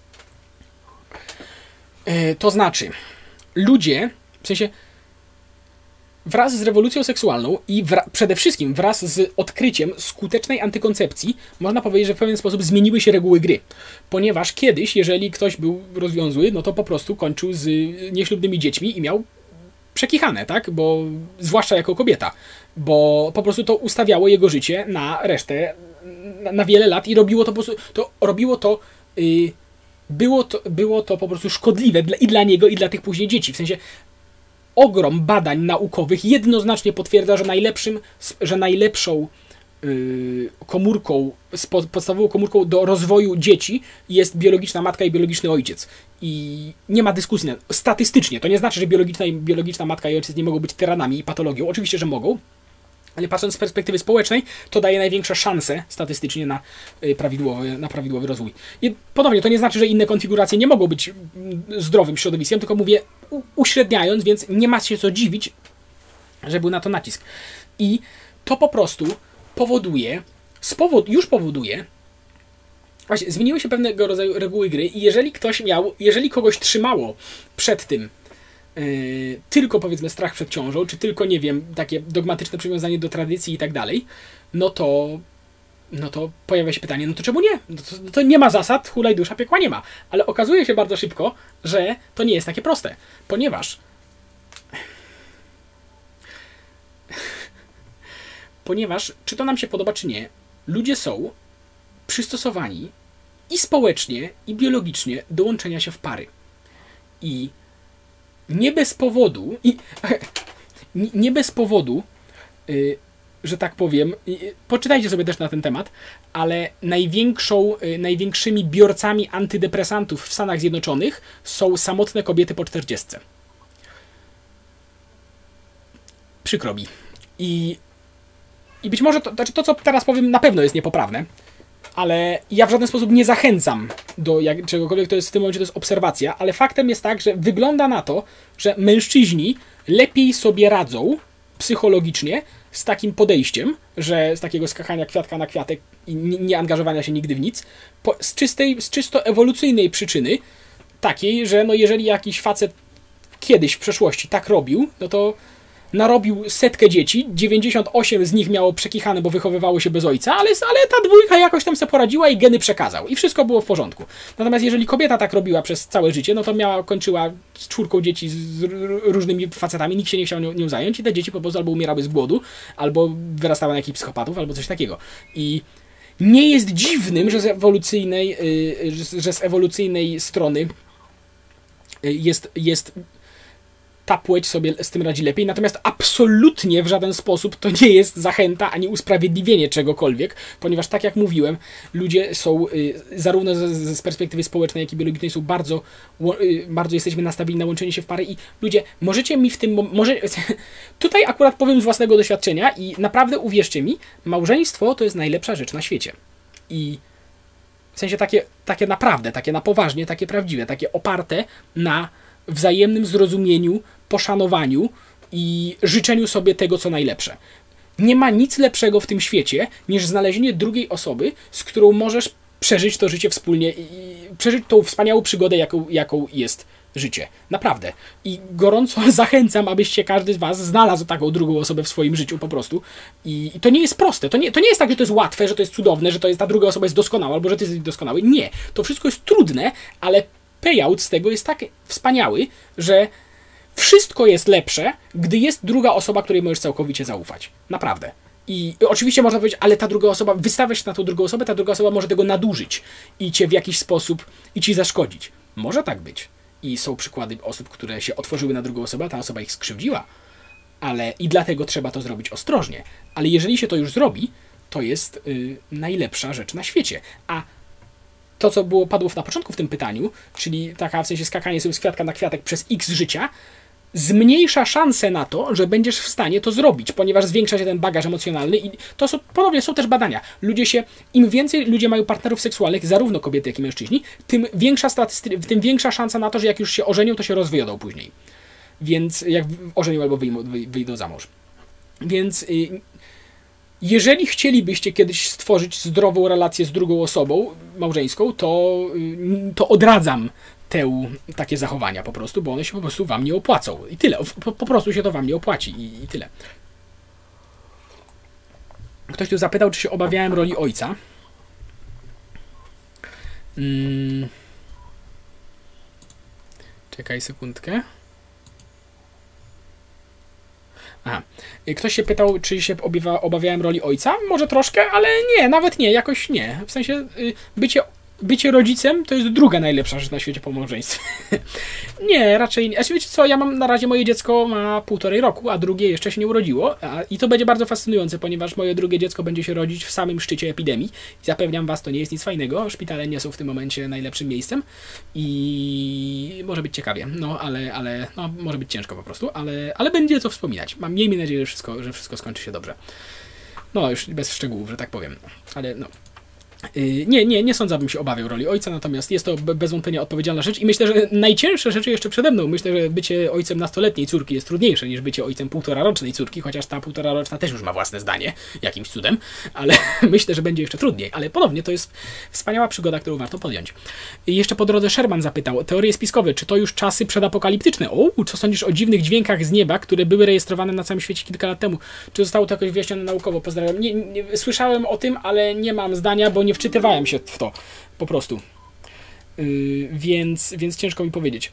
Yy, to znaczy... Ludzie, w sensie... Wraz z rewolucją seksualną i wra- przede wszystkim wraz z odkryciem skutecznej antykoncepcji, można powiedzieć, że w pewien sposób zmieniły się reguły gry. Ponieważ kiedyś, jeżeli ktoś był rozwiązły, no to po prostu kończył z nieślubnymi dziećmi i miał przekichane, tak? Bo zwłaszcza jako kobieta. Bo po prostu to ustawiało jego życie na resztę, na, na wiele lat i robiło to po prostu, to robiło to, yy, było to, było to po prostu szkodliwe dla, i dla niego, i dla tych później dzieci. W sensie ogrom badań naukowych jednoznacznie potwierdza, że najlepszym, że najlepszą yy, komórką, podstawową komórką do rozwoju dzieci jest biologiczna matka i biologiczny ojciec. I nie ma dyskusji. Statystycznie, to nie znaczy, że biologiczna, biologiczna matka i ojciec nie mogą być tyranami i patologią. Oczywiście, że mogą. Ale patrząc z perspektywy społecznej, to daje największe szanse statystycznie na prawidłowy, na prawidłowy rozwój. I ponownie, to nie znaczy, że inne konfiguracje nie mogą być zdrowym środowiskiem, tylko mówię uśredniając, więc nie ma się co dziwić, że był na to nacisk. I to po prostu powoduje, spowod, już powoduje, właśnie zmieniły się pewnego rodzaju reguły gry i jeżeli ktoś miał, jeżeli kogoś trzymało przed tym, Yy, tylko powiedzmy strach przed ciążą, czy tylko, nie wiem, takie dogmatyczne przywiązanie do tradycji i tak dalej, no to no to pojawia się pytanie, no to czemu nie? No to, to nie ma zasad, hulaj dusza, piekła nie ma. Ale okazuje się bardzo szybko, że to nie jest takie proste, ponieważ ponieważ, czy to nam się podoba, czy nie, ludzie są przystosowani i społecznie, i biologicznie do łączenia się w pary. I nie bez powodu, i, nie bez powodu, y, że tak powiem, y, poczytajcie sobie też na ten temat, ale największą, y, największymi biorcami antydepresantów w Stanach Zjednoczonych są samotne kobiety po czterdziestce. Przykro mi. I, i być może to, znaczy to, co teraz powiem, na pewno jest niepoprawne, ale ja w żaden sposób nie zachęcam do jak, czegokolwiek, to jest w tym momencie to jest obserwacja, ale faktem jest tak, że wygląda na to, że mężczyźni lepiej sobie radzą psychologicznie z takim podejściem, że z takiego skakania kwiatka na kwiatek i nie, nie angażowania się nigdy w nic, po, z, czystej, z czysto ewolucyjnej przyczyny, takiej, że no jeżeli jakiś facet kiedyś w przeszłości tak robił, no to narobił setkę dzieci, dziewięćdziesiąt osiem z nich miało przekichane, bo wychowywało się bez ojca, ale, ale ta dwójka jakoś tam se poradziła i geny przekazał. I wszystko było w porządku. Natomiast jeżeli kobieta tak robiła przez całe życie, no to miała, kończyła z czwórką dzieci z różnymi facetami, nikt się nie chciał nią, nią zająć i te dzieci po prostu albo umierały z głodu, albo wyrastały na jakichś psychopatów, albo coś takiego. I nie jest dziwnym, że z ewolucyjnej, że z ewolucyjnej strony jest, jest ta płeć sobie z tym radzi lepiej, natomiast absolutnie w żaden sposób to nie jest zachęta ani usprawiedliwienie czegokolwiek, ponieważ tak jak mówiłem, ludzie są y, zarówno z, z perspektywy społecznej, jak i biologicznej są bardzo, y, bardzo jesteśmy nastawieni na łączenie się w pary i ludzie, możecie mi w tym, może, tutaj akurat powiem z własnego doświadczenia i naprawdę uwierzcie mi, małżeństwo to jest najlepsza rzecz na świecie. I w sensie takie, takie naprawdę, takie na poważnie, takie prawdziwe, takie oparte na wzajemnym zrozumieniu, poszanowaniu i życzeniu sobie tego, co najlepsze. Nie ma nic lepszego w tym świecie, niż znalezienie drugiej osoby, z którą możesz przeżyć to życie wspólnie i przeżyć tą wspaniałą przygodę, jaką, jaką jest życie. Naprawdę. I gorąco zachęcam, abyście każdy z was znalazł taką drugą osobę w swoim życiu po prostu. I, i to nie jest proste. To nie, to nie jest tak, że to jest łatwe, że to jest cudowne, że to jest ta druga osoba jest doskonała, albo że ty jesteś doskonały. Nie. To wszystko jest trudne, ale payout z tego jest tak wspaniały, że wszystko jest lepsze, gdy jest druga osoba, której możesz całkowicie zaufać. Naprawdę. I oczywiście można powiedzieć, ale ta druga osoba, wystawiasz na tą drugą osobę, ta druga osoba może tego nadużyć i cię w jakiś sposób, i ci zaszkodzić. Może tak być. I są przykłady osób, które się otworzyły na drugą osobę, a ta osoba ich skrzywdziła. Ale i dlatego trzeba to zrobić ostrożnie. Ale jeżeli się to już zrobi, to jest yy, najlepsza rzecz na świecie. A to, co było padło na początku w tym pytaniu, czyli taka w sensie skakanie sobie z kwiatka na kwiatek przez x życia, zmniejsza szansę na to, że będziesz w stanie to zrobić, ponieważ zwiększa się ten bagaż emocjonalny i to są, ponownie są też badania. Ludzie się, im więcej ludzie mają partnerów seksualnych, zarówno kobiety, jak i mężczyźni, tym większa, statysty, tym większa szansa na to, że jak już się ożenią, to się rozwiodą później. Więc jak ożenią albo wyjmą, wyjdą za mąż. Więc jeżeli chcielibyście kiedyś stworzyć zdrową relację z drugą osobą małżeńską, to, to odradzam te takie zachowania po prostu, bo one się po prostu wam nie opłacą. I tyle. Po, po prostu się to wam nie opłaci. I, i tyle. Ktoś tu zapytał, czy się obawiałem roli ojca. Hmm. Czekaj sekundkę. Aha. Ktoś się pytał, czy się obiewa, obawiałem roli ojca. Może troszkę, ale nie, nawet nie, jakoś nie. W sensie bycie Bycie rodzicem to jest druga najlepsza rzecz na świecie po małżeństwie. Nie, raczej nie. A wiecie co, ja mam na razie, moje dziecko ma półtorej roku, a drugie jeszcze się nie urodziło. A, I to będzie bardzo fascynujące, ponieważ moje drugie dziecko będzie się rodzić w samym szczycie epidemii. I zapewniam was, to nie jest nic fajnego. Szpitale nie są w tym momencie najlepszym miejscem. I może być ciekawie. No, ale, ale no, może być ciężko po prostu, ale, ale będzie co wspominać. Mam, miejmy nadzieję, że wszystko, że wszystko skończy się dobrze. No, już bez szczegółów, że tak powiem. Ale no... Nie, nie, nie sądzę, abym się obawiał roli ojca, natomiast jest to bez wątpienia odpowiedzialna rzecz i myślę, że najcięższe rzeczy jeszcze przede mną. Myślę, że bycie ojcem nastoletniej córki jest trudniejsze niż bycie ojcem półtorarocznej córki, chociaż ta półtoraroczna też już ma własne zdanie, jakimś cudem, ale myślę, że będzie jeszcze trudniej. Ale ponownie, to jest wspaniała przygoda, którą warto podjąć. I jeszcze po drodze Sherman zapytał, teorie spiskowe, czy to już czasy przedapokaliptyczne? O, co sądzisz o dziwnych dźwiękach z nieba, które były rejestrowane na całym świecie kilka lat temu? Czy zostało to jakoś wyjaśnione naukowo? Pozdrawiam. Nie, nie, słyszałem o tym, ale nie mam zdania, bo nie wczytywałem się w to, po prostu. Yy, więc, więc ciężko mi powiedzieć.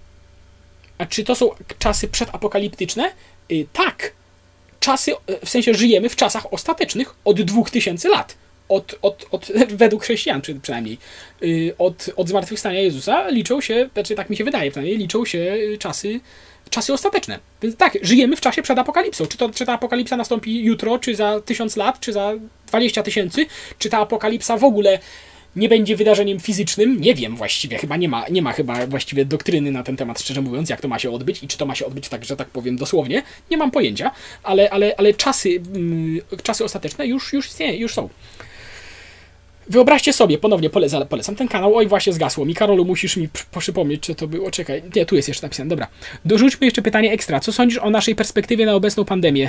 A czy to są czasy przedapokaliptyczne? Yy, tak. Czasy, w sensie żyjemy w czasach ostatecznych od dwóch tysięcy lat. Od, od, od, według chrześcijan przy, przynajmniej. Yy, od, od zmartwychwstania Jezusa liczą się, znaczy tak mi się wydaje przynajmniej, liczą się czasy czasy ostateczne. Więc tak, żyjemy w czasie przed apokalipsą. Czy, to, czy ta apokalipsa nastąpi jutro, czy za tysiąc lat, czy za dwadzieścia tysięcy, czy ta apokalipsa w ogóle nie będzie wydarzeniem fizycznym? Nie wiem właściwie, chyba nie ma, nie ma chyba właściwie doktryny na ten temat, szczerze mówiąc, jak to ma się odbyć i czy to ma się odbyć tak, że tak powiem dosłownie. Nie mam pojęcia, ale, ale, ale czasy, mm, czasy ostateczne już, już istnieją, już są. Wyobraźcie sobie, ponownie polecam, polecam ten kanał. Oj, właśnie zgasło mi. Karolu, musisz mi przypomnieć, czy to było. Czekaj, nie, tu jest jeszcze napisane. Dobra. Dorzućmy jeszcze pytanie ekstra. Co sądzisz o naszej perspektywie na obecną pandemię?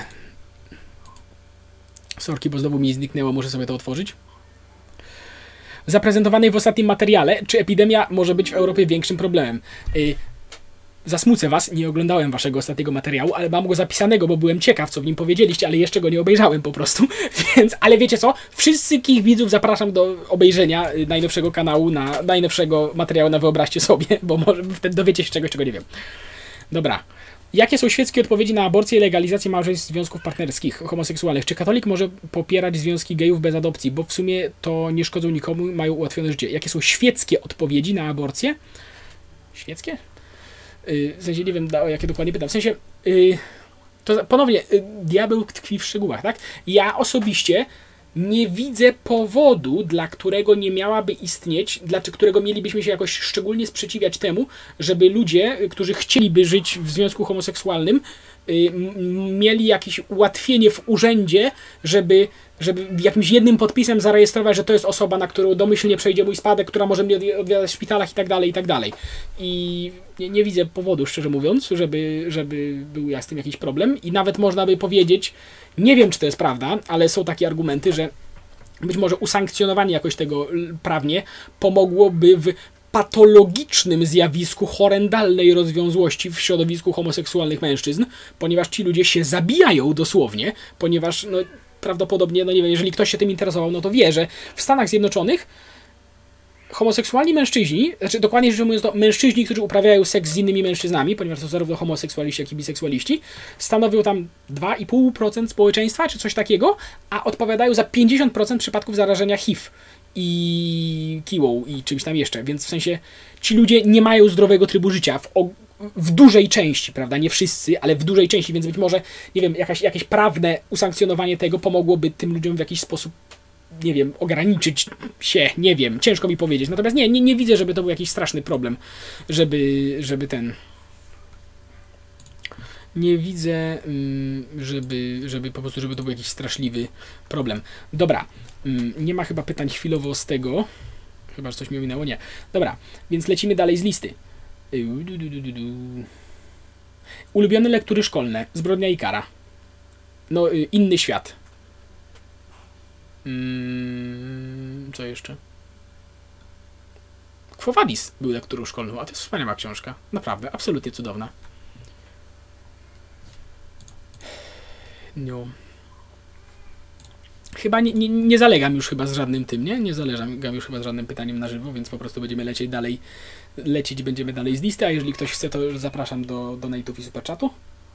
Sorki, bo znowu mi zniknęło. Muszę sobie to otworzyć. Zaprezentowanej w ostatnim materiale, czy epidemia może być w Europie większym problemem? Yy, Zasmucę was, nie oglądałem waszego ostatniego materiału, ale mam go zapisanego, bo byłem ciekaw, co w nim powiedzieliście, ale jeszcze go nie obejrzałem po prostu. Więc, ale wiecie co? Wszystkich widzów zapraszam do obejrzenia najnowszego kanału, na najnowszego materiału na Wyobraźcie sobie, bo może wtedy dowiecie się czegoś, czego nie wiem. Dobra. Jakie są świeckie odpowiedzi na aborcję i legalizację małżeństw związków partnerskich homoseksualnych? Czy katolik może popierać związki gejów bez adopcji? Bo w sumie to nie szkodzą nikomu, mają ułatwione życie. Jakie są świeckie odpowiedzi na aborcję? Świeckie? W sensie nie wiem, o jakie dokładnie pytam. W sensie, yy, to ponownie, yy, diabeł tkwi w szczegółach, tak? Ja osobiście nie widzę powodu, dla którego nie miałaby istnieć, dla którego mielibyśmy się jakoś szczególnie sprzeciwiać temu, żeby ludzie, którzy chcieliby żyć w związku homoseksualnym, yy, mieli jakieś ułatwienie w urzędzie, żeby żeby jakimś jednym podpisem zarejestrować, że to jest osoba, na którą domyślnie przejdzie mój spadek, która może mnie odwiedzać w szpitalach i tak dalej, i tak dalej. I nie, nie widzę powodu, szczerze mówiąc, żeby, żeby był ja z tym jakiś problem. I nawet można by powiedzieć, nie wiem, czy to jest prawda, ale są takie argumenty, że być może usankcjonowanie jakoś tego prawnie pomogłoby w patologicznym zjawisku horrendalnej rozwiązłości w środowisku homoseksualnych mężczyzn, ponieważ ci ludzie się zabijają dosłownie, ponieważ no, prawdopodobnie, no nie wiem, jeżeli ktoś się tym interesował, no to wie, że w Stanach Zjednoczonych homoseksualni mężczyźni, znaczy dokładnie rzecz ujmując to mężczyźni, którzy uprawiają seks z innymi mężczyznami, ponieważ to zarówno homoseksualiści, jak i biseksualiści, stanowią tam dwa i pół procent społeczeństwa, czy coś takiego, a odpowiadają za pięćdziesiąt procent przypadków zarażenia H I V i kiłą i czymś tam jeszcze, więc w sensie ci ludzie nie mają zdrowego trybu życia w, w dużej części, prawda, nie wszyscy, ale w dużej części, więc być może, nie wiem, jakaś, jakieś prawne usankcjonowanie tego pomogłoby tym ludziom w jakiś sposób, nie wiem, ograniczyć się, nie wiem, ciężko mi powiedzieć. Natomiast nie, nie, nie widzę, żeby to był jakiś straszny problem, żeby, żeby ten... Nie widzę, żeby, żeby po prostu, żeby to był jakiś straszliwy problem. Dobra, nie ma chyba pytań chwilowo z tego. Chyba, że coś mi ominęło, nie. Dobra, więc lecimy dalej z listy. Ulubione lektury szkolne. Zbrodnia i kara. No, Inny świat. Hmm, co jeszcze? Quo Vadis był lekturą szkolną, a to jest wspaniała książka. Naprawdę, absolutnie cudowna. No. Chyba nie, nie, nie zalegam już chyba z żadnym tym, nie? Nie zalegam już chyba z żadnym pytaniem na żywo, więc po prostu będziemy lecieć dalej. Lecieć będziemy dalej z listy, a jeżeli ktoś chce, to zapraszam do donate'ów i superchatu.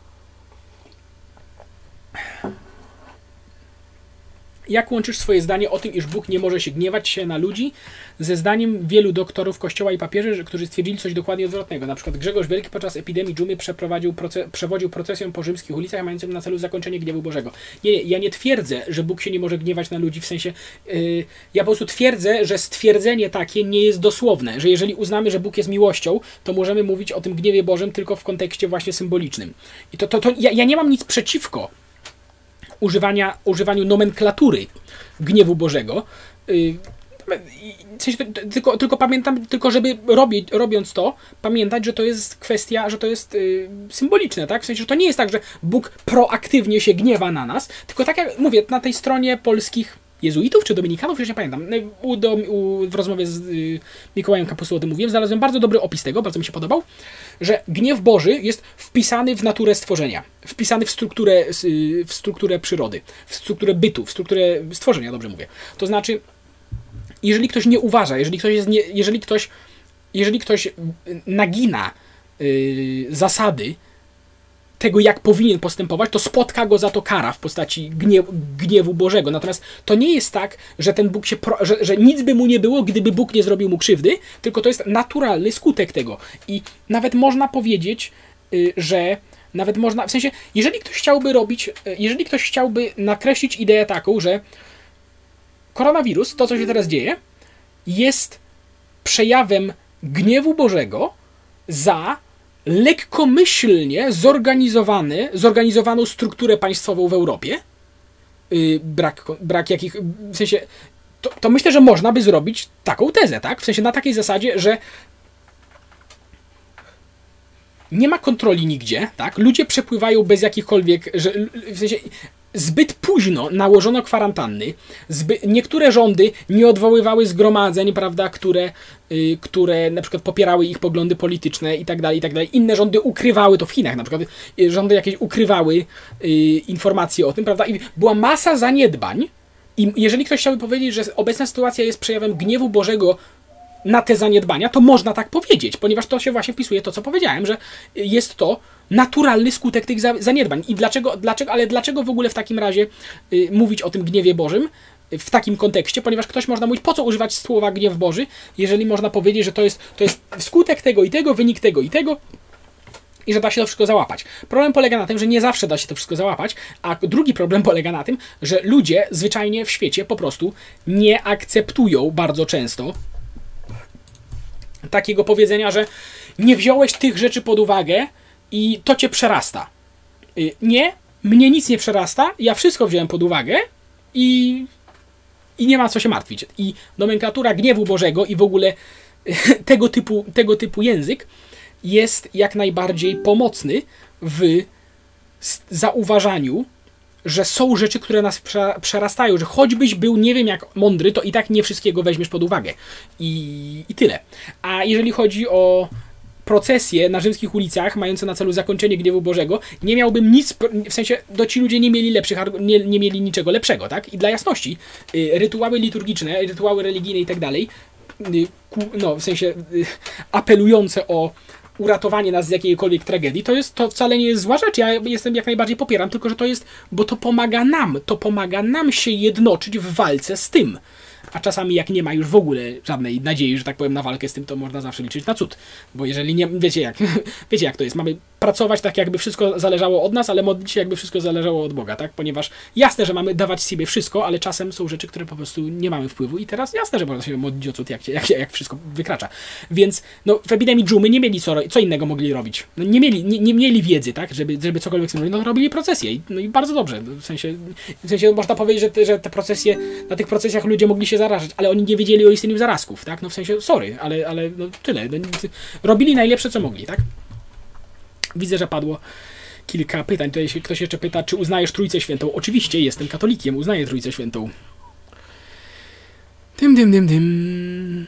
Jak łączysz swoje zdanie o tym, iż Bóg nie może się gniewać się na ludzi, ze zdaniem wielu doktorów Kościoła i papieży, którzy stwierdzili coś dokładnie odwrotnego? Na przykład Grzegorz Wielki podczas epidemii dżumy przeprowadził proces, przewodził procesją po rzymskich ulicach, mającym na celu zakończenie gniewu Bożego. Nie, nie, ja nie twierdzę, że Bóg się nie może gniewać na ludzi, w sensie yy, ja po prostu twierdzę, że stwierdzenie takie nie jest dosłowne, że jeżeli uznamy, że Bóg jest miłością, to możemy mówić o tym gniewie Bożym tylko w kontekście właśnie symbolicznym. I to, to, to ja, ja nie mam nic przeciwko Używania, używaniu nomenklatury gniewu Bożego. Yy, w sensie, tylko, tylko pamiętam, tylko żeby robić, robiąc to, pamiętać, że to jest kwestia, że to jest yy, symboliczne, tak? W sensie, że to nie jest tak, że Bóg proaktywnie się gniewa na nas, tylko tak jak mówię, na tej stronie polskich jezuitów czy dominikanów, już nie pamiętam, u, do, u, w rozmowie z y, Mikołajem Kapusą o tym mówiłem, znalazłem bardzo dobry opis tego, bardzo mi się podobał, że gniew Boży jest wpisany w naturę stworzenia, wpisany w strukturę, y, w strukturę przyrody, w strukturę bytu, w strukturę stworzenia, dobrze mówię. To znaczy, jeżeli ktoś nie uważa, jeżeli ktoś jest nie, jeżeli ktoś, jeżeli ktoś nagina y, zasady tego, jak powinien postępować, to spotka go za to kara w postaci gniew, gniewu Bożego. Natomiast to nie jest tak, że ten Bóg się, pro, że, że nic by mu nie było, gdyby Bóg nie zrobił mu krzywdy, tylko to jest naturalny skutek tego. I nawet można powiedzieć, y, że nawet można, w sensie, jeżeli ktoś chciałby robić, y, jeżeli ktoś chciałby nakreślić ideę taką, że koronawirus, to co się teraz dzieje, jest przejawem gniewu Bożego za lekkomyślnie zorganizowany, zorganizowaną strukturę państwową w Europie, yy, brak, brak jakich, w sensie, to, to myślę, że można by zrobić taką tezę, tak? W sensie na takiej zasadzie, że nie ma kontroli nigdzie, tak? Ludzie przepływają bez jakichkolwiek, że, w sensie zbyt późno nałożono kwarantanny, zbyt, niektóre rządy nie odwoływały zgromadzeń, prawda, które, y, które na przykład popierały ich poglądy polityczne i tak dalej, i tak dalej. Inne rządy ukrywały, to w Chinach na przykład, y, rządy jakieś ukrywały y, informacje o tym, prawda, i była masa zaniedbań i jeżeli ktoś chciałby powiedzieć, że obecna sytuacja jest przejawem gniewu Bożego na te zaniedbania, to można tak powiedzieć, ponieważ to się właśnie wpisuje to, co powiedziałem, że jest to naturalny skutek tych zaniedbań. I dlaczego, dlaczego, ale dlaczego w ogóle w takim razie y, mówić o tym gniewie Bożym w takim kontekście, ponieważ ktoś można mówić, po co używać słowa gniew Boży, jeżeli można powiedzieć, że to jest, to jest skutek tego i tego, wynik tego i tego i że da się to wszystko załapać. Problem polega na tym, że nie zawsze da się to wszystko załapać, a drugi problem polega na tym, że ludzie zwyczajnie w świecie po prostu nie akceptują bardzo często takiego powiedzenia, że nie wziąłeś tych rzeczy pod uwagę i to cię przerasta. Nie, mnie nic nie przerasta, ja wszystko wziąłem pod uwagę i, i nie ma co się martwić. I nomenklatura gniewu Bożego i w ogóle tego typu, tego typu język jest jak najbardziej pomocny w zauważaniu, że są rzeczy, które nas przerastają, że choćbyś był nie wiem jak mądry, to i tak nie wszystkiego weźmiesz pod uwagę. I, i tyle. A jeżeli chodzi o procesje na rzymskich ulicach, mające na celu zakończenie gniewu Bożego, nie miałbym nic, w sensie, do ci ludzie nie mieli lepszych, nie, nie mieli niczego lepszego, tak? I dla jasności, rytuały liturgiczne, rytuały religijne i tak dalej, no w sensie apelujące o uratowanie nas z jakiejkolwiek tragedii, to jest, to wcale nie jest zła rzecz. Ja jestem jak najbardziej popieram, tylko że to jest, bo to pomaga nam, to pomaga nam się jednoczyć w walce z tym. A czasami jak nie ma już w ogóle żadnej nadziei, że tak powiem, na walkę z tym, to można zawsze liczyć na cud. Bo jeżeli nie, wiecie jak, wiecie jak to jest, mamy pracować tak, jakby wszystko zależało od nas, ale modlić się, jakby wszystko zależało od Boga, tak? Ponieważ jasne, że mamy dawać z siebie wszystko, ale czasem są rzeczy, które po prostu nie mamy wpływu i teraz jasne, że można się modlić o cud, jak, jak, jak wszystko wykracza. Więc no, w epidemii dżumy nie mieli co, co innego mogli robić. No, nie, mieli, nie, nie mieli wiedzy, tak? Żeby, żeby cokolwiek z tym robić. No robili procesje i, no i bardzo dobrze. W sensie, w sensie można powiedzieć, że te, że te procesje, na tych procesjach ludzie mogli się zarażać, ale oni nie wiedzieli o istnieniu zarazków, tak? No w sensie, sorry, ale, ale no, tyle. No, robili najlepsze, co mogli, tak? Widzę, że padło kilka pytań. Tutaj się ktoś jeszcze pyta, czy uznajesz Trójcę Świętą? Oczywiście, jestem katolikiem, uznaję Trójcę Świętą. Dym, dym, dym, dym.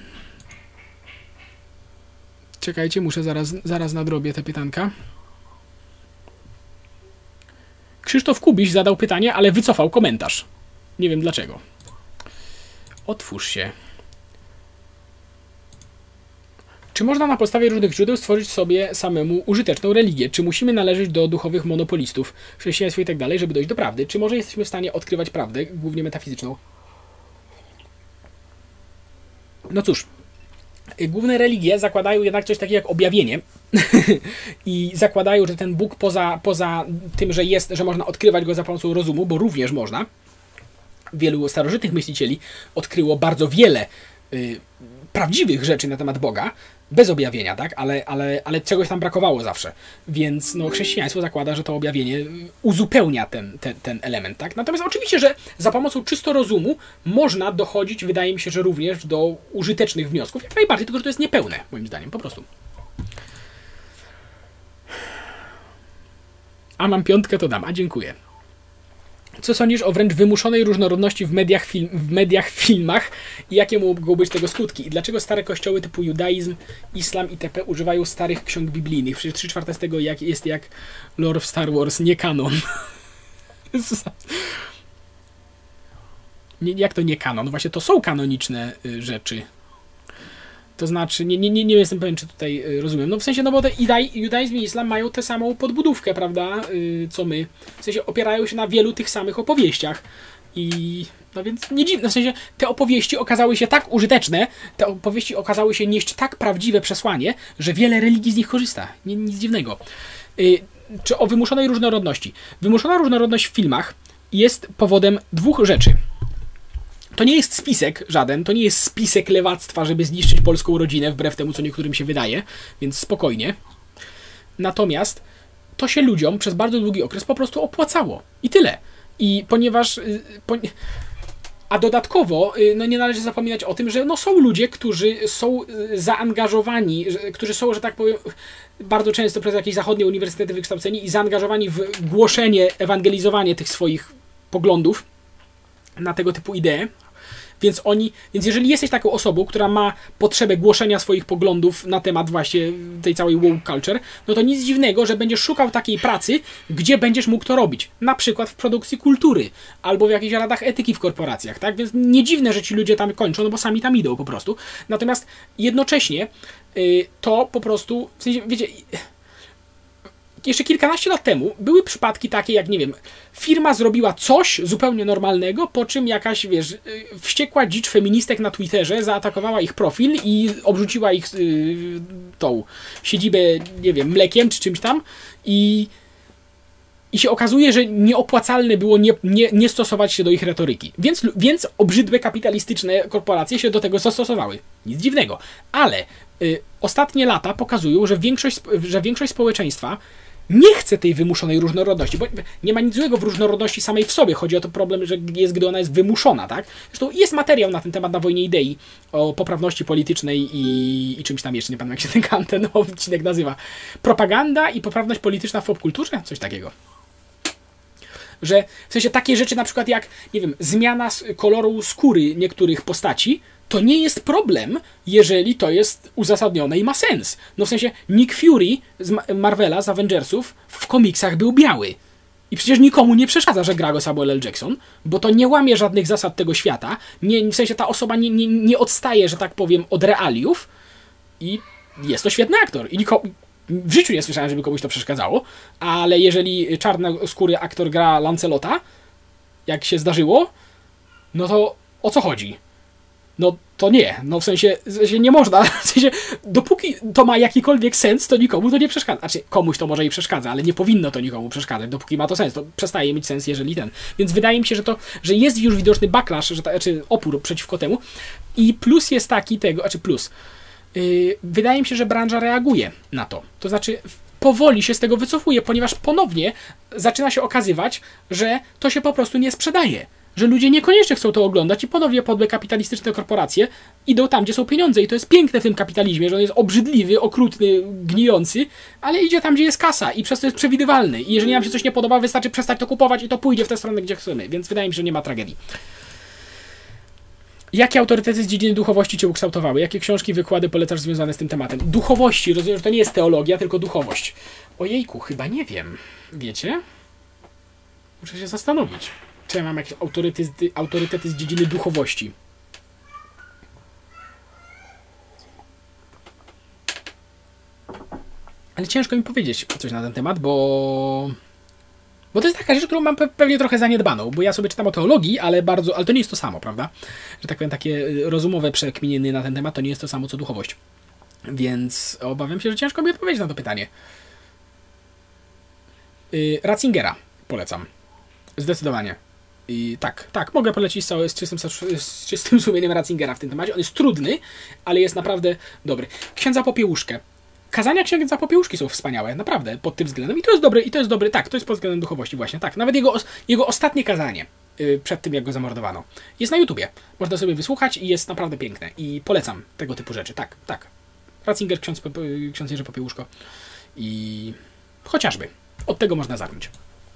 Czekajcie, muszę zaraz, zaraz nadrobię te pytanka. Krzysztof Kubiś zadał pytanie, ale wycofał komentarz. Nie wiem dlaczego. Otwórz się. Czy można na podstawie różnych źródeł stworzyć sobie samemu użyteczną religię? Czy musimy należeć do duchowych monopolistów, chrześcijaństwa i tak dalej, żeby dojść do prawdy? Czy może jesteśmy w stanie odkrywać prawdę, głównie metafizyczną? No cóż, główne religie zakładają jednak coś takiego jak objawienie i zakładają, że ten Bóg poza, poza tym, że jest, że można odkrywać go za pomocą rozumu, bo również można, wielu starożytnych myślicieli odkryło bardzo wiele y, prawdziwych rzeczy na temat Boga, bez objawienia, tak? Ale, ale, ale czegoś tam brakowało zawsze. Więc no, chrześcijaństwo zakłada, że to objawienie uzupełnia ten, ten, ten element, tak? Natomiast oczywiście, że za pomocą czysto rozumu można dochodzić, wydaje mi się, że również do użytecznych wniosków, jak najbardziej, tylko że to jest niepełne, moim zdaniem, po prostu. A mam piątkę, to dam. A dziękuję. Co sądzisz o wręcz wymuszonej różnorodności w mediach, film, w mediach, filmach i jakie mogą być tego skutki? I dlaczego stare kościoły typu judaizm, islam itp. Używają starych ksiąg biblijnych? Przecież trzy czwarte z tego jak, jest jak lore w Star Wars, nie kanon. nie, jak to nie kanon? Właśnie to są kanoniczne y, rzeczy. To znaczy, nie, nie, nie, nie jestem pewien, czy tutaj y, rozumiem. No w sensie, no bo te judaizm i islam mają tę samą podbudówkę, prawda, y, co my. W sensie opierają się na wielu tych samych opowieściach. I no więc nie dziwne, w sensie te opowieści okazały się tak użyteczne, te opowieści okazały się nieść tak prawdziwe przesłanie, że wiele religii z nich korzysta. Nie, nic dziwnego. Y, czy o wymuszonej różnorodności? Wymuszona różnorodność w filmach jest powodem dwóch rzeczy. To nie jest spisek żaden, to nie jest spisek lewactwa, żeby zniszczyć polską rodzinę, wbrew temu, co niektórym się wydaje, więc spokojnie. Natomiast to się ludziom przez bardzo długi okres po prostu opłacało. I tyle. I ponieważ... A dodatkowo, no nie należy zapominać o tym, że no są ludzie, którzy są zaangażowani, którzy są, że tak powiem, bardzo często przez jakieś zachodnie uniwersytety wykształceni i zaangażowani w głoszenie, ewangelizowanie tych swoich poglądów na tego typu idee. Więc oni, więc jeżeli jesteś taką osobą, która ma potrzebę głoszenia swoich poglądów na temat właśnie tej całej woke culture, no to nic dziwnego, że będziesz szukał takiej pracy, gdzie będziesz mógł to robić. Na przykład w produkcji kultury, albo w jakichś radach etyki w korporacjach, tak? Więc nie dziwne, że ci ludzie tam kończą, no bo sami tam idą po prostu. Natomiast jednocześnie yy, to po prostu, w sensie, wiecie... Jeszcze kilkanaście lat temu były przypadki takie, jak nie wiem, firma zrobiła coś zupełnie normalnego, po czym jakaś, wiesz, wściekła dzicz feministek na Twitterze zaatakowała ich profil i obrzuciła ich yy, tą siedzibę, nie wiem, mlekiem czy czymś tam i, i się okazuje, że nieopłacalne było nie, nie, nie stosować się do ich retoryki. Więc, więc obrzydłe kapitalistyczne korporacje się do tego zastosowały. Nic dziwnego. Ale yy, ostatnie lata pokazują, że większość, że większość społeczeństwa nie chce tej wymuszonej różnorodności, bo nie ma nic złego w różnorodności samej w sobie. Chodzi o to problem, że jest, gdy ona jest wymuszona, tak? Zresztą jest materiał na ten temat na Wojnie Idei o poprawności politycznej i, i czymś tam jeszcze, nie pamiętam jak się ten, ten odcinek nazywa. Propaganda i poprawność polityczna w popkulturze? Coś takiego. Że w sensie takie rzeczy na przykład jak, nie wiem, zmiana koloru skóry niektórych postaci, to nie jest problem, jeżeli to jest uzasadnione i ma sens. No w sensie Nick Fury z Marvela, z Avengersów w komiksach był biały. I przecież nikomu nie przeszkadza, że gra go Samuel L. Jackson, bo to nie łamie żadnych zasad tego świata. Nie, w sensie ta osoba nie, nie, nie odstaje, że tak powiem, od realiów. I jest to świetny aktor. I niko, w życiu nie słyszałem, żeby komuś to przeszkadzało. Ale jeżeli czarnoskóry aktor gra Lancelota, jak się zdarzyło, no to o co chodzi? No to nie, no w sensie, w sensie nie można, w sensie dopóki to ma jakikolwiek sens, to nikomu to nie przeszkadza. Znaczy komuś to może i przeszkadza, ale nie powinno to nikomu przeszkadzać, dopóki ma to sens, to przestaje mieć sens, jeżeli ten. Więc wydaje mi się, że to, że jest już widoczny backlash, że ta, znaczy opór przeciwko temu i plus jest taki tego, znaczy plus, yy, wydaje mi się, że branża reaguje na to, to znaczy powoli się z tego wycofuje, ponieważ ponownie zaczyna się okazywać, że to się po prostu nie sprzedaje. Że ludzie niekoniecznie chcą to oglądać i ponownie podłe kapitalistyczne korporacje idą tam, gdzie są pieniądze. I to jest piękne w tym kapitalizmie, że on jest obrzydliwy, okrutny, gnijący, ale idzie tam, gdzie jest kasa i przez to jest przewidywalny. I jeżeli nam się coś nie podoba, wystarczy przestać to kupować i to pójdzie w tę stronę, gdzie chcemy. Więc wydaje mi się, że nie ma tragedii. Jakie autorytety z dziedziny duchowości Cię ukształtowały? Jakie książki, wykłady polecasz związane z tym tematem? Duchowości, rozumiem, że to nie jest teologia, tylko duchowość. Ojejku, chyba nie wiem. Wiecie? Muszę się zastanowić. Czy ja mam jakieś autorytety, autorytety z dziedziny duchowości? Ale ciężko mi powiedzieć coś na ten temat, bo... Bo to jest taka rzecz, którą mam pewnie trochę zaniedbaną, bo ja sobie czytam o teologii, ale bardzo... Ale to nie jest to samo, prawda? Że tak powiem, takie rozumowe przekminieny na ten temat to nie jest to samo, co duchowość. Więc obawiam się, że ciężko mi odpowiedzieć na to pytanie. Yy, Ratzingera polecam. Zdecydowanie. I tak, tak, mogę polecić cały z czystym, z czystym sumieniem Ratzingera w tym temacie. On jest trudny, ale jest naprawdę dobry. Księdza Popiełuszkę. Kazania księdza Popiełuszki są wspaniałe, naprawdę, pod tym względem. I to jest dobry, i to jest dobry, tak, to jest pod względem duchowości właśnie, tak. Nawet jego, jego ostatnie kazanie, yy, przed tym, jak go zamordowano, jest na YouTubie. Można sobie wysłuchać i jest naprawdę piękne. I polecam tego typu rzeczy, tak, tak. Ratzinger, ksiądz, ksiądz Jerzy Popiełuszko. I chociażby. Od tego można zacząć.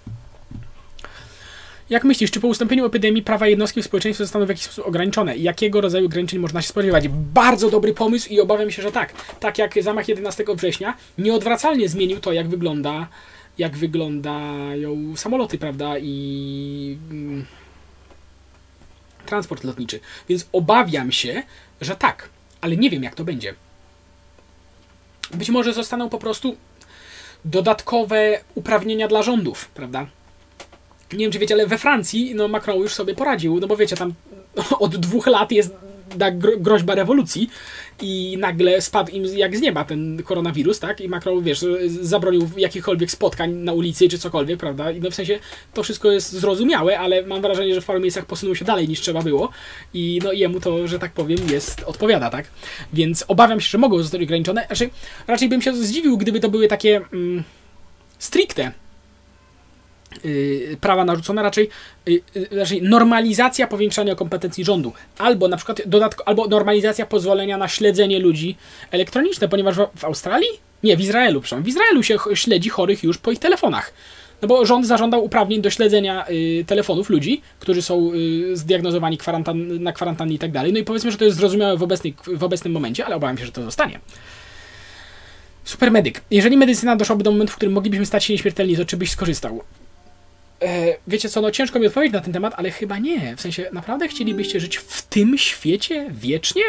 Jak myślisz, czy po ustąpieniu epidemii prawa jednostki w społeczeństwie zostaną w jakiś sposób ograniczone? I jakiego rodzaju ograniczeń można się spodziewać? Bardzo dobry pomysł i obawiam się, że tak. Tak jak zamach jedenastego września nieodwracalnie zmienił to, jak wygląda, jak wyglądają samoloty, prawda, i mm, transport lotniczy. Więc obawiam się, że tak, ale nie wiem, jak to będzie. Być może zostaną po prostu dodatkowe uprawnienia dla rządów, prawda? Nie wiem, czy wiecie, ale we Francji no Macron już sobie poradził, no bo wiecie, tam od dwóch lat jest groźba rewolucji i nagle spadł im jak z nieba ten koronawirus, tak? I Macron, wiesz, zabronił jakichkolwiek spotkań na ulicy czy cokolwiek, prawda? I no w sensie to wszystko jest zrozumiałe, ale mam wrażenie, że w paru miejscach posunął się dalej niż trzeba było i no jemu to, że tak powiem, jest, odpowiada, tak? Więc obawiam się, że mogą zostać ograniczone. Znaczy, raczej bym się zdziwił, gdyby to były takie mm, stricte Yy, prawa narzucone, raczej, yy, raczej normalizacja powiększania kompetencji rządu, albo na przykład dodatko, albo normalizacja pozwolenia na śledzenie ludzi elektroniczne, ponieważ w, w Australii? Nie, w Izraelu, przepraszam, w Izraelu się śledzi chorych już po ich telefonach. No bo rząd zażądał uprawnień do śledzenia yy, telefonów ludzi, którzy są yy, zdiagnozowani kwarantan, na kwarantannie i tak dalej. No i powiedzmy, że to jest zrozumiałe w, obecnej, w obecnym momencie, ale obawiam się, że to zostanie. Supermedyk. Jeżeli medycyna doszłaby do momentu, w którym moglibyśmy stać się nieśmiertelni, to czy byś skorzystał? Wiecie co, no ciężko mi odpowiedzieć na ten temat, ale chyba nie. W sensie, naprawdę chcielibyście żyć w tym świecie wiecznie?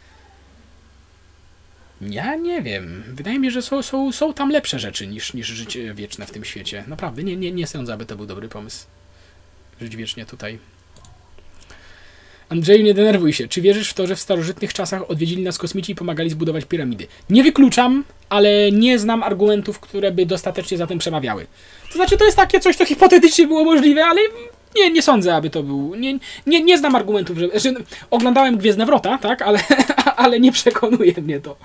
Ja nie wiem. Wydaje mi się, że są, są, są tam lepsze rzeczy niż, niż życie wieczne w tym świecie. Naprawdę, nie, nie, nie sądzę, aby to był dobry pomysł. Żyć wiecznie tutaj. Andrzeju, nie denerwuj się. Czy wierzysz w to, że w starożytnych czasach odwiedzili nas kosmici i pomagali zbudować piramidy? Nie wykluczam, ale nie znam argumentów, które by dostatecznie za tym przemawiały. To znaczy, to jest takie coś, co hipotetycznie było możliwe, ale nie, nie sądzę, aby to był... Nie, nie, nie znam argumentów, że... Znaczy, oglądałem Gwiezdne Wrota, tak? Ale, ale nie przekonuje mnie to.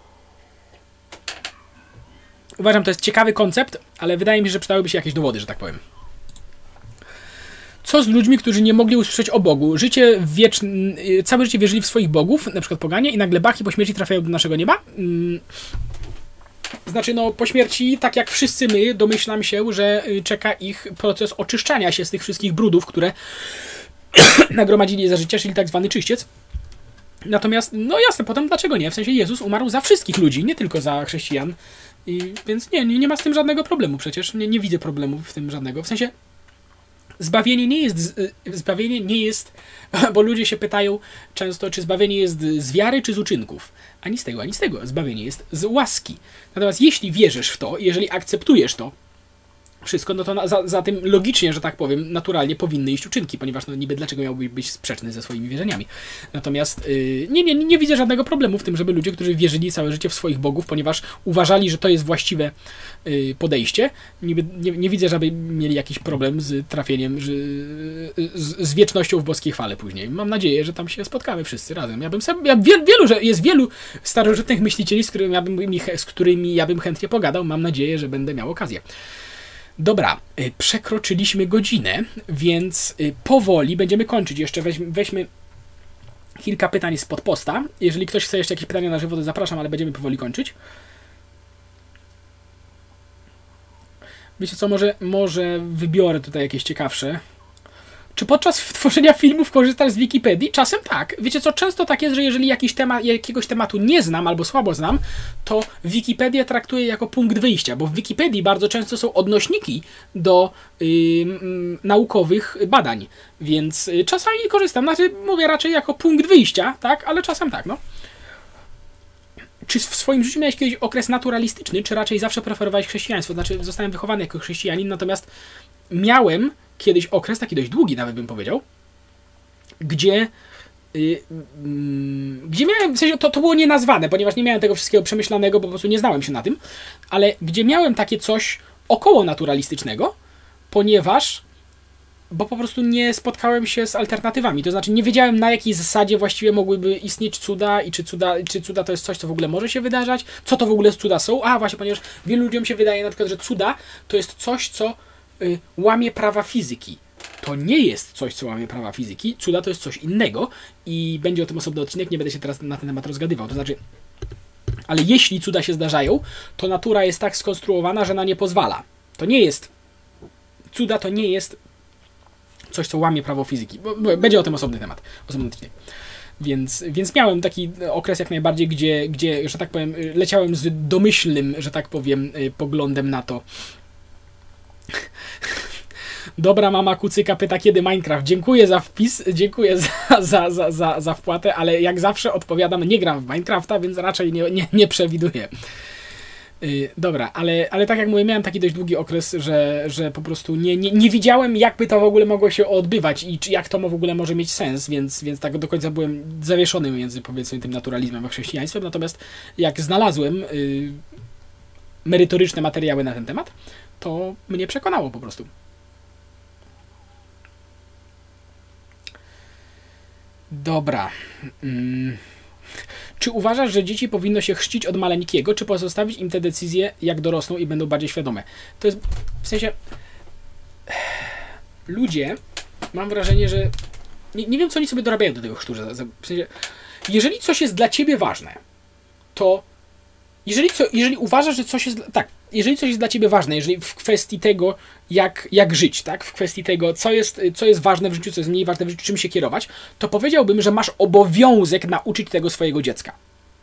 Uważam, to jest ciekawy koncept, ale wydaje mi się, że przydałyby się jakieś dowody, że tak powiem. Co z ludźmi, którzy nie mogli usłyszeć o Bogu? Życie wieczne, całe życie wierzyli w swoich bogów, na przykład poganie, i nagle bach i po śmierci trafiają do naszego nieba? Znaczy, no, po śmierci, tak jak wszyscy my, domyślam się, że czeka ich proces oczyszczania się z tych wszystkich brudów, które nagromadzili za życia, czyli tak zwany czyściec. Natomiast, no jasne, potem dlaczego nie? W sensie Jezus umarł za wszystkich ludzi, nie tylko za chrześcijan. I, więc nie, nie, nie ma z tym żadnego problemu przecież. Nie, nie widzę problemu w tym żadnego. W sensie zbawienie nie jest, zbawienie nie jest, bo ludzie się pytają często, czy zbawienie jest z wiary, czy z uczynków. Ani z tego, ani z tego. Zbawienie jest z łaski. Natomiast jeśli wierzysz w to, jeżeli akceptujesz to wszystko, no to na, za, za tym logicznie, że tak powiem, naturalnie powinny iść uczynki, ponieważ no niby dlaczego miałby być sprzeczny ze swoimi wierzeniami. Natomiast yy, nie, nie, nie widzę żadnego problemu w tym, żeby ludzie, którzy wierzyli całe życie w swoich bogów, ponieważ uważali, że to jest właściwe yy, podejście, niby, nie, nie widzę, żeby mieli jakiś problem z trafieniem, że, z, z wiecznością w boskiej chwale później. Mam nadzieję, że tam się spotkamy wszyscy razem. Ja bym sobie, ja wielu, wielu, że jest wielu starożytnych myślicieli, z którymi, ja bym, z którymi ja bym chętnie pogadał. Mam nadzieję, że będę miał okazję. Dobra, przekroczyliśmy godzinę, więc powoli będziemy kończyć. Jeszcze weźmy, weźmy kilka pytań spod posta. Jeżeli ktoś chce jeszcze jakieś pytania na żywo, to zapraszam, ale będziemy powoli kończyć. Wiecie co, może, może wybiorę tutaj jakieś ciekawsze. Czy podczas tworzenia filmów korzystasz z Wikipedii? Czasem tak. Wiecie co, często tak jest, że jeżeli jakiś temat, jakiegoś tematu nie znam albo słabo znam, to Wikipedię traktuję jako punkt wyjścia, bo w Wikipedii bardzo często są odnośniki do yy, yy, naukowych badań, więc yy, czasami korzystam, znaczy mówię raczej jako punkt wyjścia, tak, ale czasem tak, no. Czy w swoim życiu miałeś kiedyś okres naturalistyczny, czy raczej zawsze preferowałeś chrześcijaństwo? Znaczy, zostałem wychowany jako chrześcijanin, natomiast miałem kiedyś okres, taki dość długi nawet bym powiedział, gdzie yy, yy, gdzie miałem, w sensie to, to było nienazwane, ponieważ nie miałem tego wszystkiego przemyślanego, bo po prostu nie znałem się na tym, ale gdzie miałem takie coś około naturalistycznego, ponieważ bo po prostu nie spotkałem się z alternatywami. To znaczy nie wiedziałem, na jakiej zasadzie właściwie mogłyby istnieć cuda i czy cuda, czy cuda to jest coś, co w ogóle może się wydarzać, co to w ogóle cuda są. A właśnie, ponieważ wielu ludziom się wydaje na przykład, że cuda to jest coś, co y, łamie prawa fizyki. To nie jest coś, co łamie prawa fizyki. Cuda to jest coś innego i będzie o tym osobny odcinek, nie będę się teraz na ten temat rozgadywał. To znaczy, ale jeśli cuda się zdarzają, to natura jest tak skonstruowana, że na nie pozwala. To nie jest cuda, to nie jest coś, co łamie prawo fizyki. Będzie o tym osobny temat. Osobny odcinek. Więc, więc miałem taki okres jak najbardziej, gdzie, gdzie, że tak powiem, leciałem z domyślnym, że tak powiem, poglądem na to. Dobra mama Kucyka pyta, kiedy Minecraft. Dziękuję za wpis, dziękuję za, za, za, za, za wpłatę, ale jak zawsze odpowiadam, nie gram w Minecrafta, więc raczej nie, nie, nie przewiduję. Yy, dobra, ale, ale tak jak mówię, miałem taki dość długi okres, że, że po prostu nie, nie, nie widziałem, jakby to w ogóle mogło się odbywać i czy, jak to w ogóle może mieć sens, więc, więc tak do końca byłem zawieszony między, powiedzmy, tym naturalizmem a chrześcijaństwem, natomiast jak znalazłem yy, merytoryczne materiały na ten temat, to mnie przekonało po prostu. Dobra. Hmm. Czy uważasz, że dzieci powinno się chrzcić od maleńkiego, czy pozostawić im te decyzje, jak dorosną i będą bardziej świadome? To jest, w sensie, ludzie, mam wrażenie, że nie, nie wiem, co oni sobie dorabiają do tego chrztu. W sensie, jeżeli coś jest dla ciebie ważne, to jeżeli, co, jeżeli uważasz, że coś jest, tak, jeżeli coś jest dla ciebie ważne, jeżeli w kwestii tego, jak, jak żyć, tak, w kwestii tego, co jest, co jest ważne w życiu, co jest mniej ważne w życiu, czym się kierować, to powiedziałbym, że masz obowiązek nauczyć tego swojego dziecka.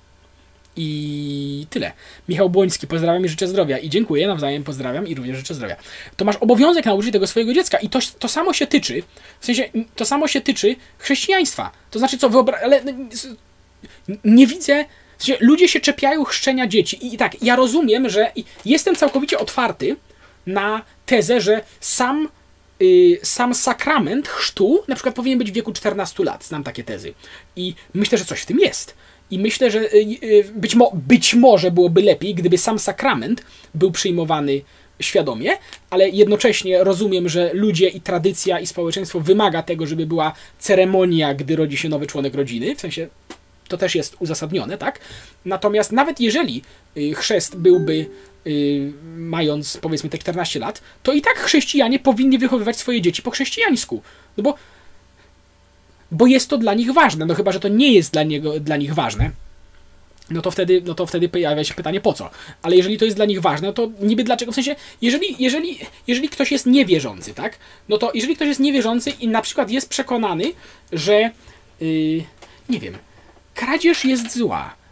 I tyle. Michał Błoński, pozdrawiam i życzę zdrowia. I dziękuję, nawzajem pozdrawiam i również życzę zdrowia. To masz obowiązek nauczyć tego swojego dziecka i to, to samo się tyczy, w sensie, to samo się tyczy chrześcijaństwa. To znaczy, co, wyobra- ale nie widzę. W sensie, ludzie się czepiają chrzczenia dzieci. I tak, ja rozumiem, że jestem całkowicie otwarty na tezę, że sam, yy, sam sakrament chrztu na przykład powinien być w wieku czternastu lat. Znam takie tezy. I myślę, że coś w tym jest. I myślę, że yy, być, mo- być może byłoby lepiej, gdyby sam sakrament był przyjmowany świadomie, ale jednocześnie rozumiem, że ludzie i tradycja i społeczeństwo wymaga tego, żeby była ceremonia, gdy rodzi się nowy członek rodziny. W sensie to też jest uzasadnione, tak? Natomiast nawet jeżeli chrzest byłby yy, mając, powiedzmy, te czternaście lat, to i tak chrześcijanie powinni wychowywać swoje dzieci po chrześcijańsku. No bo, bo jest to dla nich ważne. No chyba, że to nie jest dla, niego, dla nich ważne, no to wtedy, no to wtedy pojawia się pytanie, po co? Ale jeżeli to jest dla nich ważne, to niby dlaczego? W sensie, jeżeli, jeżeli, jeżeli ktoś jest niewierzący, tak? No to jeżeli ktoś jest niewierzący i na przykład jest przekonany, że yy, nie wiem, kradzież jest zła,